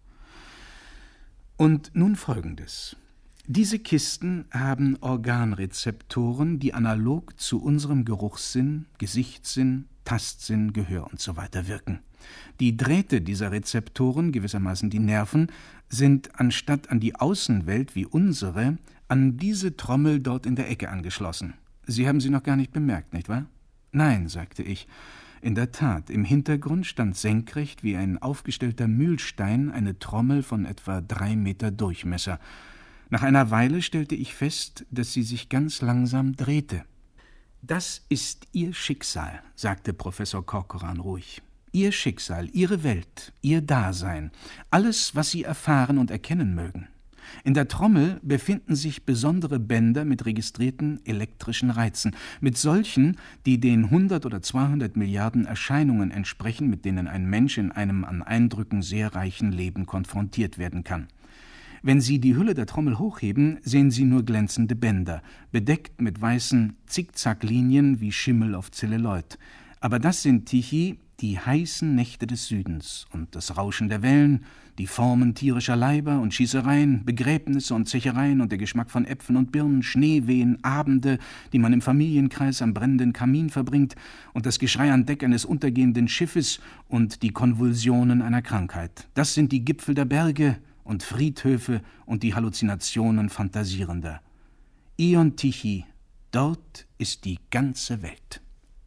Und nun Folgendes. Diese Kisten haben Organrezeptoren, die analog zu unserem Geruchssinn, Gesichtssinn, Tastsinn, Gehör usw. wirken. Die Drähte dieser Rezeptoren, gewissermaßen die Nerven, sind anstatt an die Außenwelt wie unsere, an diese Trommel dort in der Ecke angeschlossen. Sie haben sie noch gar nicht bemerkt, nicht wahr? »Nein«, sagte ich. In der Tat, im Hintergrund stand senkrecht wie ein aufgestellter Mühlstein eine Trommel von etwa 3 Meter Durchmesser. Nach einer Weile stellte ich fest, dass sie sich ganz langsam drehte. »Das ist Ihr Schicksal«, sagte Professor Corcoran ruhig. »Ihr Schicksal, Ihre Welt, Ihr Dasein, alles, was Sie erfahren und erkennen mögen. In der Trommel befinden sich besondere Bänder mit registrierten elektrischen Reizen, mit solchen, die den 100 oder 200 Milliarden Erscheinungen entsprechen, mit denen ein Mensch in einem an Eindrücken sehr reichen Leben konfrontiert werden kann. Wenn Sie die Hülle der Trommel hochheben, sehen Sie nur glänzende Bänder, bedeckt mit weißen Zickzacklinien wie Schimmel auf Zelluloid. Aber das sind, Tichy, die heißen Nächte des Südens und das Rauschen der Wellen, die Formen tierischer Leiber und Schießereien, Begräbnisse und Zechereien und der Geschmack von Äpfeln und Birnen, Schneewehen, Abende, die man im Familienkreis am brennenden Kamin verbringt, und das Geschrei an Deck eines untergehenden Schiffes und die Konvulsionen einer Krankheit. Das sind die Gipfel der Berge und Friedhöfe und die Halluzinationen Fantasierender. Ion Tichy, dort ist die ganze Welt.«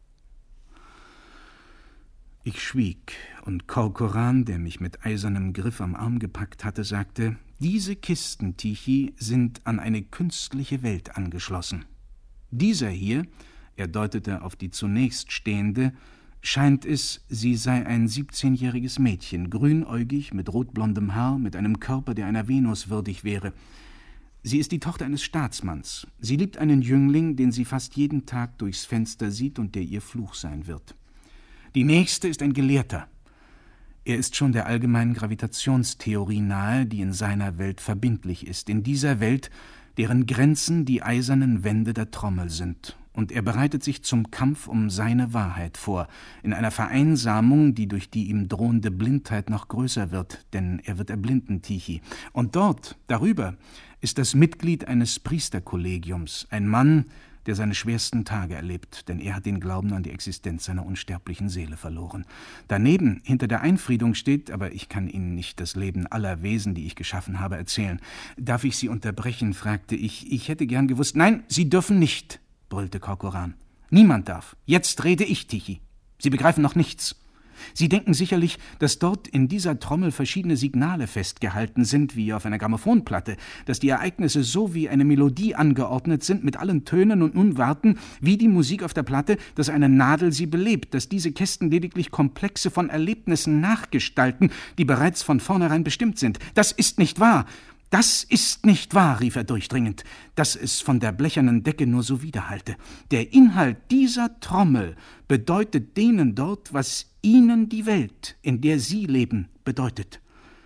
Ich schwieg, und Corcoran, der mich mit eisernem Griff am Arm gepackt hatte, sagte, »Diese Kisten, Tichy, sind an eine künstliche Welt angeschlossen. Dieser hier«, er deutete auf die zunächst stehende, »scheint es, sie sei ein 17-jähriges Mädchen, grünäugig, mit rotblondem Haar, mit einem Körper, der einer Venus würdig wäre. Sie ist die Tochter eines Staatsmanns. Sie liebt einen Jüngling, den sie fast jeden Tag durchs Fenster sieht und der ihr Fluch sein wird. Die nächste ist ein Gelehrter. Er ist schon der allgemeinen Gravitationstheorie nahe, die in seiner Welt verbindlich ist, in dieser Welt, deren Grenzen die eisernen Wände der Trommel sind. Und er bereitet sich zum Kampf um seine Wahrheit vor, in einer Vereinsamung, die durch die ihm drohende Blindheit noch größer wird, denn er wird erblinden, Tichy. Und dort, darüber, ist das Mitglied eines Priesterkollegiums, ein Mann, der seine schwersten Tage erlebt, denn er hat den Glauben an die Existenz seiner unsterblichen Seele verloren. Daneben, hinter der Einfriedung steht, aber ich kann Ihnen nicht das Leben aller Wesen, die ich geschaffen habe, erzählen. »Darf ich Sie unterbrechen?« fragte ich. »Ich hätte gern gewusst.« »Nein, Sie dürfen nicht«, brüllte Corcoran. »Niemand darf. Jetzt rede ich, Tichy. Sie begreifen noch nichts. Sie denken sicherlich, dass dort in dieser Trommel verschiedene Signale festgehalten sind, wie auf einer Grammophonplatte, dass die Ereignisse so wie eine Melodie angeordnet sind, mit allen Tönen, und nun warten, wie die Musik auf der Platte, dass eine Nadel sie belebt, dass diese Kästen lediglich Komplexe von Erlebnissen nachgestalten, die bereits von vornherein bestimmt sind. Das ist nicht wahr. »Das ist nicht wahr«, rief er durchdringend, »dass es von der blechernen Decke nur so widerhallte. Der Inhalt dieser Trommel bedeutet denen dort, was ihnen die Welt, in der sie leben, bedeutet.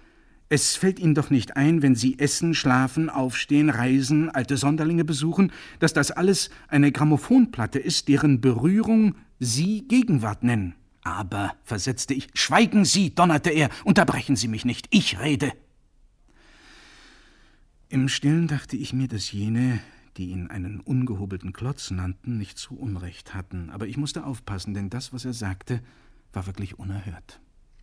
Es fällt Ihnen doch nicht ein, wenn Sie essen, schlafen, aufstehen, reisen, alte Sonderlinge besuchen, dass das alles eine Grammophonplatte ist, deren Berührung Sie Gegenwart nennen.« »Aber«, versetzte ich, »schweigen Sie«, donnerte er, »unterbrechen Sie mich nicht, ich rede.« Im Stillen dachte ich mir, dass jene, die ihn einen ungehobelten Klotz nannten, nicht zu Unrecht hatten. Aber ich musste aufpassen, denn das, was er sagte, war wirklich unerhört.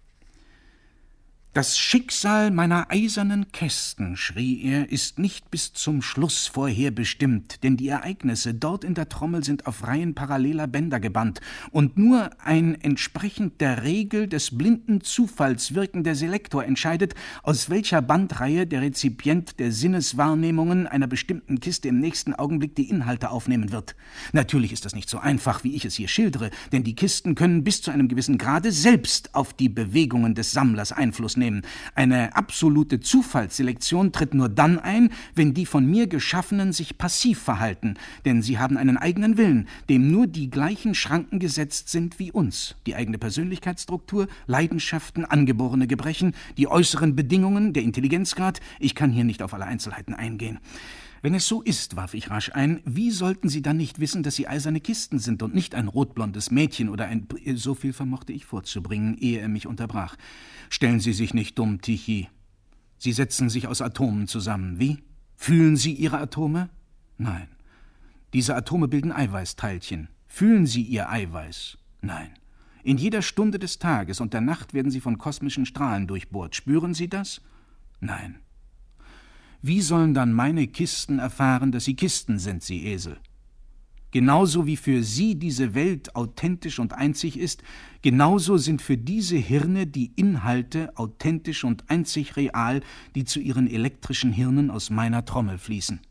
»Das Schicksal meiner eisernen Kästen«, schrie er, »ist nicht bis zum Schluss vorherbestimmt, denn die Ereignisse dort in der Trommel sind auf Reihen paralleler Bänder gebannt, und nur ein entsprechend der Regel des blinden Zufalls wirkender Selektor entscheidet, aus welcher Bandreihe der Rezipient der Sinneswahrnehmungen einer bestimmten Kiste im nächsten Augenblick die Inhalte aufnehmen wird. Natürlich ist das nicht so einfach, wie ich es hier schildere, denn die Kisten können bis zu einem gewissen Grade selbst auf die Bewegungen des Sammlers Einfluss nehmen. nehmen. Eine absolute Zufallsselektion tritt nur dann ein, wenn die von mir Geschaffenen sich passiv verhalten, denn sie haben einen eigenen Willen, dem nur die gleichen Schranken gesetzt sind wie uns. Die eigene Persönlichkeitsstruktur, Leidenschaften, angeborene Gebrechen, die äußeren Bedingungen, der Intelligenzgrad. Ich kann hier nicht auf alle Einzelheiten eingehen. Wenn es so ist, warf ich rasch ein, wie sollten Sie dann nicht wissen, dass Sie eiserne Kisten sind und nicht ein rotblondes Mädchen oder ein... So viel vermochte ich vorzubringen, ehe er mich unterbrach. Stellen Sie sich nicht dumm, Tichy. Sie setzen sich aus Atomen zusammen. Wie? Fühlen Sie Ihre Atome? Nein. Diese Atome bilden Eiweißteilchen. Fühlen Sie Ihr Eiweiß? Nein. In jeder Stunde des Tages und der Nacht werden Sie von kosmischen Strahlen durchbohrt. Spüren Sie das? Nein. Wie sollen dann meine Kisten erfahren, dass sie Kisten sind, Sie Esel? Genauso wie für Sie diese Welt authentisch und einzig ist, genauso sind für diese Hirne die Inhalte authentisch und einzig real, die zu ihren elektrischen Hirnen aus meiner Trommel fließen.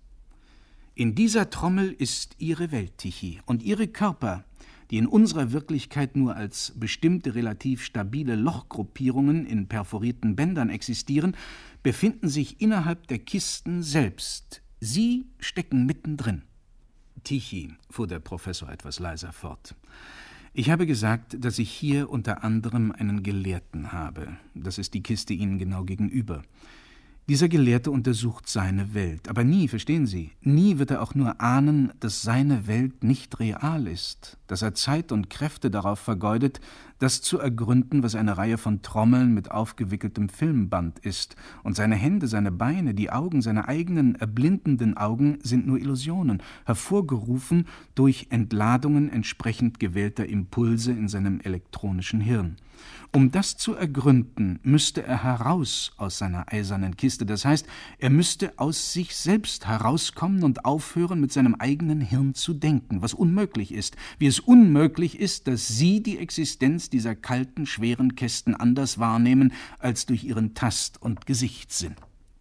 In dieser Trommel ist Ihre Welt, Tichy, und Ihre Körper, die in unserer Wirklichkeit nur als bestimmte relativ stabile Lochgruppierungen in perforierten Bändern existieren, befinden sich innerhalb der Kisten selbst. Sie stecken mittendrin. Tichy, fuhr der Professor etwas leiser fort, ich habe gesagt, dass ich hier unter anderem einen Gelehrten habe. Das ist die Kiste Ihnen genau gegenüber. Dieser Gelehrte untersucht seine Welt, aber nie, verstehen Sie, nie wird er auch nur ahnen, dass seine Welt nicht real ist, dass er Zeit und Kräfte darauf vergeudet, das zu ergründen, was eine Reihe von Trommeln mit aufgewickeltem Filmband ist, und seine Hände, seine Beine, die Augen, seine eigenen erblindenden Augen sind nur Illusionen, hervorgerufen durch Entladungen entsprechend gewählter Impulse in seinem elektronischen Hirn. Um das zu ergründen, müsste er heraus aus seiner eisernen Kiste, das heißt, er müsste aus sich selbst herauskommen und aufhören, mit seinem eigenen Hirn zu denken, was unmöglich ist, wie es unmöglich ist, dass Sie die Existenz dieser kalten, schweren Kästen anders wahrnehmen als durch Ihren Tast- und Gesichtssinn.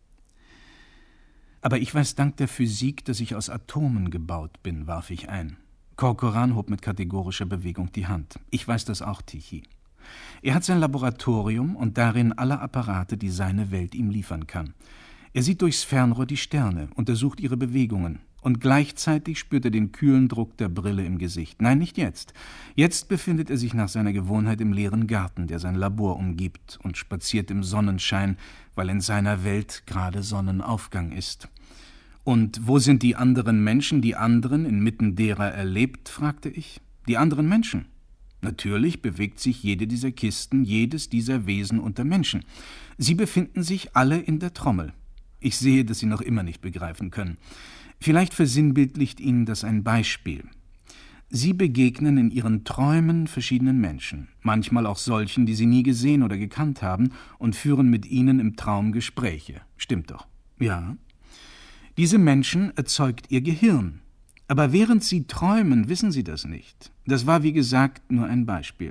Aber ich weiß dank der Physik, dass ich aus Atomen gebaut bin, warf ich ein. Corcoran hob mit kategorischer Bewegung die Hand. Ich weiß das auch, Tichy. Er hat sein Laboratorium und darin alle Apparate, die seine Welt ihm liefern kann. Er sieht durchs Fernrohr die Sterne, untersucht ihre Bewegungen und gleichzeitig spürt er den kühlen Druck der Brille im Gesicht. Nein, nicht jetzt. Jetzt befindet er sich nach seiner Gewohnheit im leeren Garten, der sein Labor umgibt, und spaziert im Sonnenschein, weil in seiner Welt gerade Sonnenaufgang ist. Und wo sind die anderen Menschen, die anderen inmitten derer er lebt, fragte ich. Die anderen Menschen. Natürlich bewegt sich jede dieser Kisten, jedes dieser Wesen unter Menschen. Sie befinden sich alle in der Trommel. Ich sehe, dass Sie noch immer nicht begreifen können. Vielleicht versinnbildlicht Ihnen das ein Beispiel. Sie begegnen in Ihren Träumen verschiedenen Menschen, manchmal auch solchen, die Sie nie gesehen oder gekannt haben, und führen mit ihnen im Traum Gespräche. Stimmt doch? Ja. Diese Menschen erzeugt Ihr Gehirn. Aber während Sie träumen, wissen Sie das nicht. Das war, wie gesagt, nur ein Beispiel.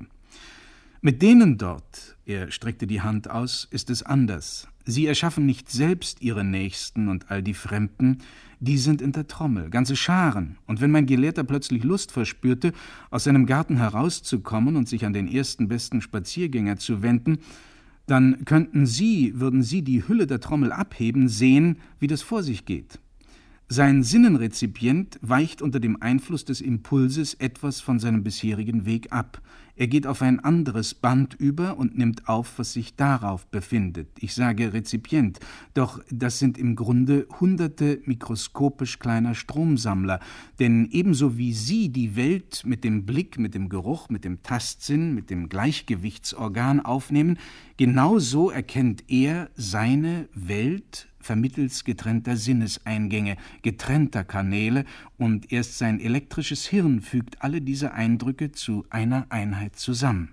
Mit denen dort, er streckte die Hand aus, ist es anders. Sie erschaffen nicht selbst Ihre Nächsten und all die Fremden, die sind in der Trommel, ganze Scharen. Und wenn mein Gelehrter plötzlich Lust verspürte, aus seinem Garten herauszukommen und sich an den ersten besten Spaziergänger zu wenden, dann würden Sie die Hülle der Trommel abheben, sehen, wie das vor sich geht. Sein Sinnenrezipient weicht unter dem Einfluss des Impulses etwas von seinem bisherigen Weg ab. Er geht auf ein anderes Band über und nimmt auf, was sich darauf befindet. Ich sage Rezipient, doch das sind im Grunde hunderte mikroskopisch kleiner Stromsammler. Denn ebenso wie Sie die Welt mit dem Blick, mit dem Geruch, mit dem Tastsinn, mit dem Gleichgewichtsorgan aufnehmen, genauso erkennt er seine Welt vermittels getrennter Sinneseingänge, getrennter Kanäle, und erst sein elektrisches Hirn fügt alle diese Eindrücke zu einer Einheit zusammen.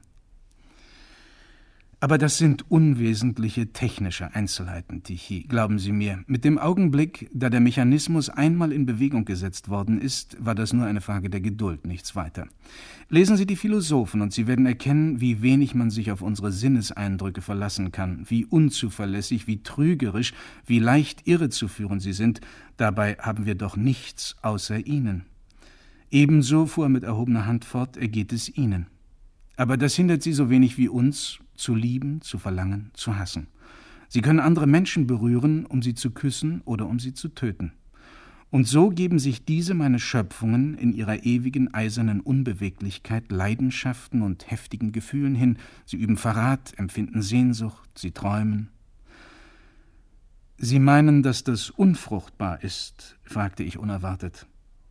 Aber das sind unwesentliche technische Einzelheiten, Tichy, glauben Sie mir. Mit dem Augenblick, da der Mechanismus einmal in Bewegung gesetzt worden ist, war das nur eine Frage der Geduld, nichts weiter. Lesen Sie die Philosophen und Sie werden erkennen, wie wenig man sich auf unsere Sinneseindrücke verlassen kann, wie unzuverlässig, wie trügerisch, wie leicht irrezuführen sie sind. Dabei haben wir doch nichts außer ihnen. Ebenso, fuhr er mit erhobener Hand fort, ergeht es Ihnen. Aber das hindert Sie so wenig wie uns, zu lieben, zu verlangen, zu hassen. Sie können andere Menschen berühren, um sie zu küssen oder um sie zu töten. Und so geben sich diese meine Schöpfungen in ihrer ewigen eisernen Unbeweglichkeit Leidenschaften und heftigen Gefühlen hin. Sie üben Verrat, empfinden Sehnsucht, sie träumen. »Sie meinen, dass das unfruchtbar ist?« fragte ich unerwartet.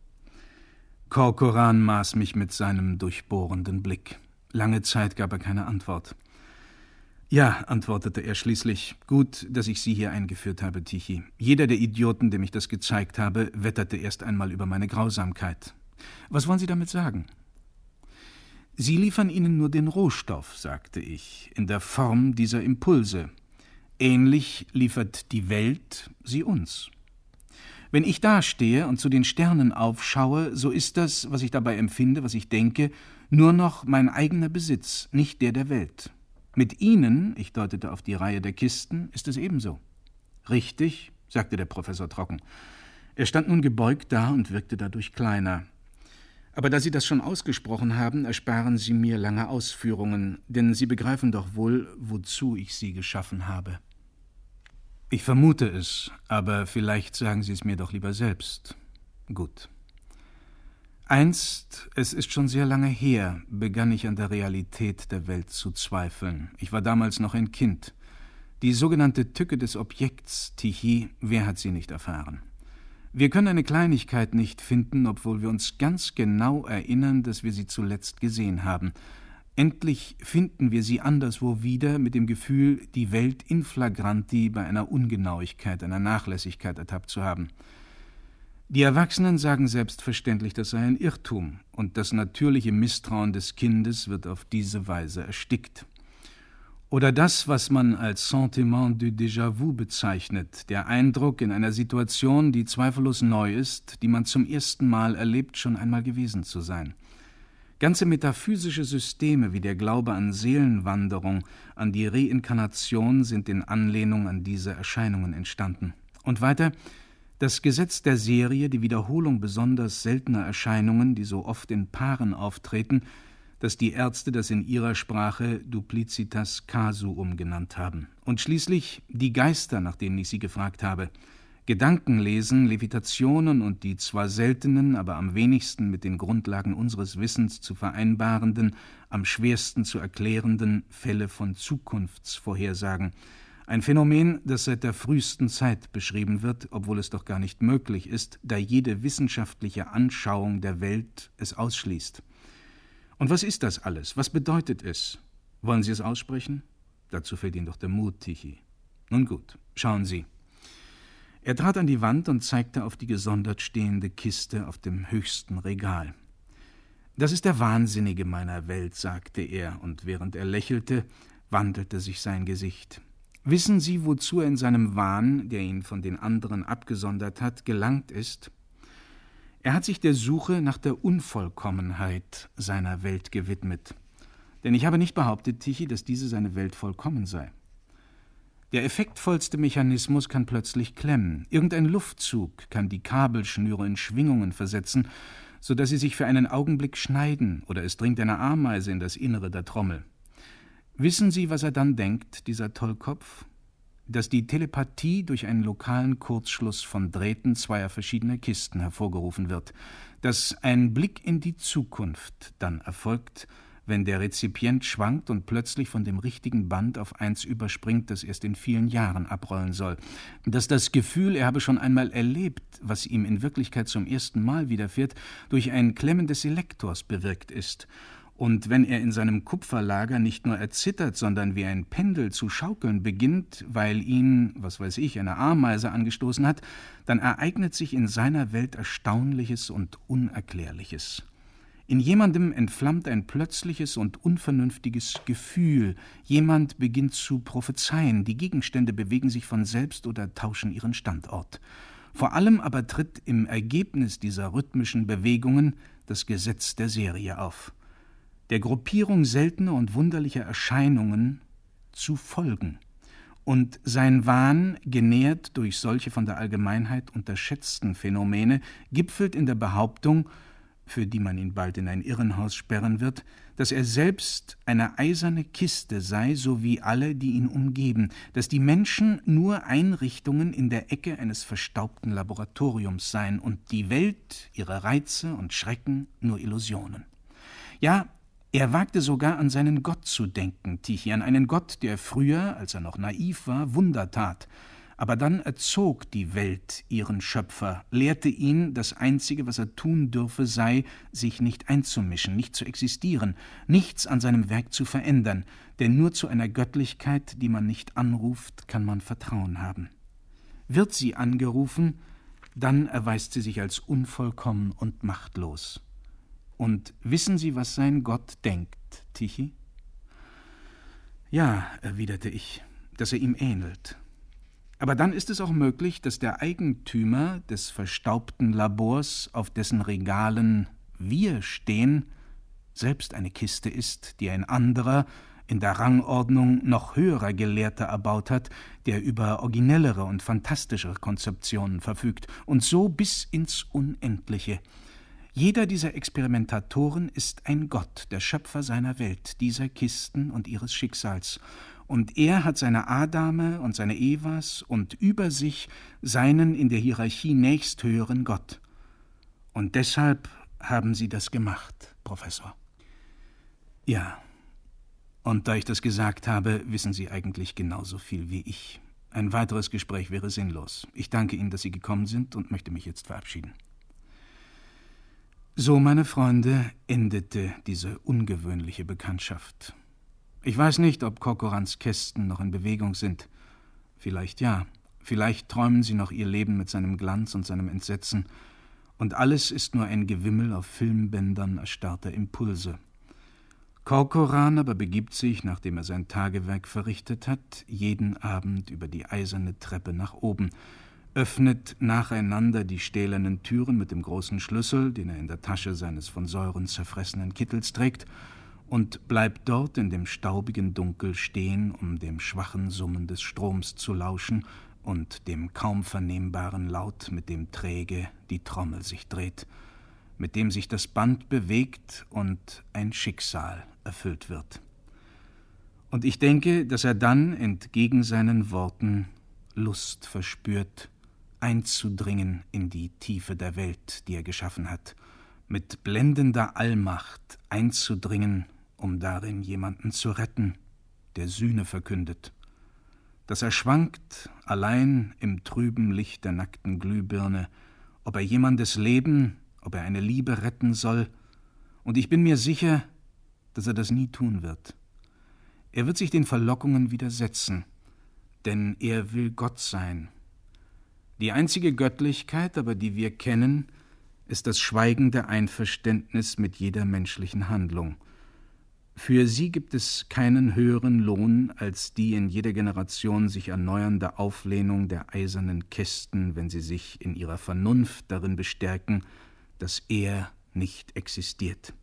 Corcoran maß mich mit seinem durchbohrenden Blick. Lange Zeit gab er keine Antwort. »Ja«, antwortete er schließlich, »gut, dass ich Sie hier eingeführt habe, Tichy. Jeder der Idioten, dem ich das gezeigt habe, wetterte erst einmal über meine Grausamkeit. Was wollen Sie damit sagen?« »Sie liefern ihnen nur den Rohstoff«, sagte ich, »in der Form dieser Impulse. Ähnlich liefert die Welt sie uns. Wenn ich dastehe und zu den Sternen aufschaue, so ist das, was ich dabei empfinde, was ich denke, nur noch mein eigener Besitz, nicht der der Welt. Mit Ihnen«, ich deutete auf die Reihe der Kisten, »ist es ebenso.« »Richtig«, sagte der Professor trocken. Er stand nun gebeugt da und wirkte dadurch kleiner. »Aber da Sie das schon ausgesprochen haben, ersparen Sie mir lange Ausführungen, denn Sie begreifen doch wohl, wozu ich Sie geschaffen habe.« »Ich vermute es, aber vielleicht sagen Sie es mir doch lieber selbst.« »Gut. Einst, es ist schon sehr lange her, begann ich an der Realität der Welt zu zweifeln. Ich war damals noch ein Kind. Die sogenannte Tücke des Objekts, Tichy, wer hat sie nicht erfahren? Wir können eine Kleinigkeit nicht finden, obwohl wir uns ganz genau erinnern, dass wir sie zuletzt gesehen haben. Endlich finden wir sie anderswo wieder mit dem Gefühl, die Welt in flagranti bei einer Ungenauigkeit, einer Nachlässigkeit ertappt zu haben. Die Erwachsenen sagen selbstverständlich, das sei ein Irrtum, und das natürliche Misstrauen des Kindes wird auf diese Weise erstickt. Oder das, was man als Sentiment du Déjà-vu bezeichnet, der Eindruck in einer Situation, die zweifellos neu ist, die man zum ersten Mal erlebt, schon einmal gewesen zu sein. Ganze metaphysische Systeme wie der Glaube an Seelenwanderung, an die Reinkarnation sind in Anlehnung an diese Erscheinungen entstanden. Und weiter, das Gesetz der Serie, die Wiederholung besonders seltener Erscheinungen, die so oft in Paaren auftreten, dass die Ärzte das in ihrer Sprache Duplicitas casuum genannt haben. Und schließlich die Geister, nach denen ich Sie gefragt habe. Gedankenlesen, Levitationen und die zwar seltenen, aber am wenigsten mit den Grundlagen unseres Wissens zu vereinbarenden, am schwersten zu erklärenden Fälle von Zukunftsvorhersagen. Ein Phänomen, das seit der frühesten Zeit beschrieben wird, obwohl es doch gar nicht möglich ist, da jede wissenschaftliche Anschauung der Welt es ausschließt. Und was ist das alles? Was bedeutet es? Wollen Sie es aussprechen? Dazu fehlt Ihnen doch der Mut, Tichy. Nun gut, schauen Sie. Er trat an die Wand und zeigte auf die gesondert stehende Kiste auf dem höchsten Regal. »Das ist der Wahnsinnige meiner Welt«, sagte er, und während er lächelte, wandelte sich sein Gesicht. »Wissen Sie, wozu er in seinem Wahn, der ihn von den anderen abgesondert hat, gelangt ist? Er hat sich der Suche nach der Unvollkommenheit seiner Welt gewidmet. Denn ich habe nicht behauptet, Tichy, dass diese seine Welt vollkommen sei. Der effektvollste Mechanismus kann plötzlich klemmen. Irgendein Luftzug kann die Kabelschnüre in Schwingungen versetzen, so dass sie sich für einen Augenblick schneiden, oder es dringt eine Ameise in das Innere der Trommel. Wissen Sie, was er dann denkt, dieser Tollkopf? Dass die Telepathie durch einen lokalen Kurzschluss von Drähten zweier verschiedener Kisten hervorgerufen wird, dass ein Blick in die Zukunft dann erfolgt, wenn der Rezipient schwankt und plötzlich von dem richtigen Band auf eins überspringt, das erst in vielen Jahren abrollen soll, dass das Gefühl, er habe schon einmal erlebt, was ihm in Wirklichkeit zum ersten Mal widerfährt, durch ein Klemmen des Selektors bewirkt ist. Und wenn er in seinem Kupferlager nicht nur erzittert, sondern wie ein Pendel zu schaukeln beginnt, weil ihn, was weiß ich, eine Ameise angestoßen hat, dann ereignet sich in seiner Welt Erstaunliches und Unerklärliches. In jemandem entflammt ein plötzliches und unvernünftiges Gefühl. Jemand beginnt zu prophezeien, die Gegenstände bewegen sich von selbst oder tauschen ihren Standort. Vor allem aber tritt im Ergebnis dieser rhythmischen Bewegungen das Gesetz der Serie auf. Der Gruppierung seltener und wunderlicher Erscheinungen zu folgen. Und sein Wahn, genährt durch solche von der Allgemeinheit unterschätzten Phänomene, gipfelt in der Behauptung, für die man ihn bald in ein Irrenhaus sperren wird, dass er selbst eine eiserne Kiste sei, so wie alle, die ihn umgeben, dass die Menschen nur Einrichtungen in der Ecke eines verstaubten Laboratoriums seien und die Welt, ihre Reize und Schrecken nur Illusionen. Ja, er wagte sogar an seinen Gott zu denken, Tichy, an einen Gott, der früher, als er noch naiv war, Wunder tat. Aber dann erzog die Welt ihren Schöpfer, lehrte ihn, das Einzige, was er tun dürfe, sei, sich nicht einzumischen, nicht zu existieren, nichts an seinem Werk zu verändern, denn nur zu einer Göttlichkeit, die man nicht anruft, kann man Vertrauen haben. Wird sie angerufen, dann erweist sie sich als unvollkommen und machtlos. Und wissen Sie, was sein Gott denkt, Tichy? Ja, erwiderte ich, dass er ihm ähnelt. Aber dann ist es auch möglich, dass der Eigentümer des verstaubten Labors, auf dessen Regalen wir stehen, selbst eine Kiste ist, die ein anderer, in der Rangordnung noch höherer Gelehrter erbaut hat, der über originellere und fantastischere Konzeptionen verfügt, und so bis ins Unendliche. Jeder dieser Experimentatoren ist ein Gott, der Schöpfer seiner Welt, dieser Kisten und ihres Schicksals. Und er hat seine Adame und seine Evas und über sich seinen in der Hierarchie nächsthöheren Gott. Und deshalb haben Sie das gemacht, Professor. Ja, und da ich das gesagt habe, wissen Sie eigentlich genauso viel wie ich. Ein weiteres Gespräch wäre sinnlos. Ich danke Ihnen, dass Sie gekommen sind und möchte mich jetzt verabschieden. So, meine Freunde, endete diese ungewöhnliche Bekanntschaft. Ich weiß nicht, ob Corcorans Kästen noch in Bewegung sind. Vielleicht ja. Vielleicht träumen sie noch ihr Leben mit seinem Glanz und seinem Entsetzen. Und alles ist nur ein Gewimmel auf Filmbändern erstarrter Impulse. Corcoran aber begibt sich, nachdem er sein Tagewerk verrichtet hat, jeden Abend über die eiserne Treppe nach oben, öffnet nacheinander die stählernen Türen mit dem großen Schlüssel, den er in der Tasche seines von Säuren zerfressenen Kittels trägt, und bleibt dort in dem staubigen Dunkel stehen, um dem schwachen Summen des Stroms zu lauschen und dem kaum vernehmbaren Laut, mit dem träge die Trommel sich dreht, mit dem sich das Band bewegt und ein Schicksal erfüllt wird. Und ich denke, dass er dann entgegen seinen Worten Lust verspürt, einzudringen in die Tiefe der Welt, die er geschaffen hat, mit blendender Allmacht einzudringen, um darin jemanden zu retten, der Sühne verkündet. Dass er schwankt, allein im trüben Licht der nackten Glühbirne, ob er jemandes Leben, ob er eine Liebe retten soll, und ich bin mir sicher, dass er das nie tun wird. Er wird sich den Verlockungen widersetzen, denn er will Gott sein. Die einzige Göttlichkeit aber, die wir kennen, ist das schweigende Einverständnis mit jeder menschlichen Handlung. Für sie gibt es keinen höheren Lohn als die in jeder Generation sich erneuernde Auflehnung der eisernen Kästen, wenn sie sich in ihrer Vernunft darin bestärken, dass er nicht existiert.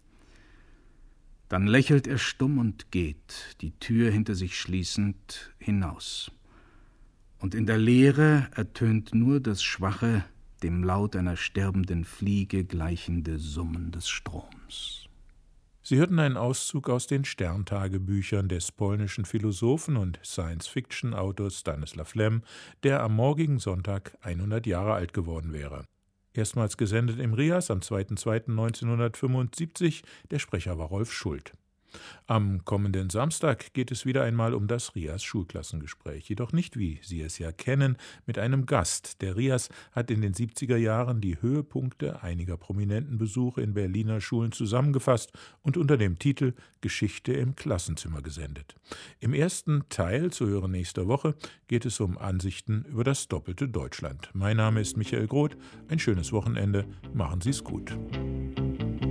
Dann lächelt er stumm und geht, die Tür hinter sich schließend, hinaus. Und in der Leere ertönt nur das schwache, dem Laut einer sterbenden Fliege gleichende Summen des Stroms. Sie hörten einen Auszug aus den Sterntagebüchern des polnischen Philosophen und Science-Fiction-Autors Stanislaw Lem, der am morgigen Sonntag 100 Jahre alt geworden wäre. Erstmals gesendet im RIAS am 2.2.1975, der Sprecher war Rolf Schult. Am kommenden Samstag geht es wieder einmal um das RIAS Schulklassengespräch, jedoch nicht, wie Sie es ja kennen, mit einem Gast. Der RIAS hat in den 70er Jahren die Höhepunkte einiger prominenten Besuche in Berliner Schulen zusammengefasst und unter dem Titel Geschichte im Klassenzimmer gesendet. Im ersten Teil, zu hören nächste Woche, geht es um Ansichten über das doppelte Deutschland. Mein Name ist Michael Groth. Ein schönes Wochenende. Machen Sie es gut.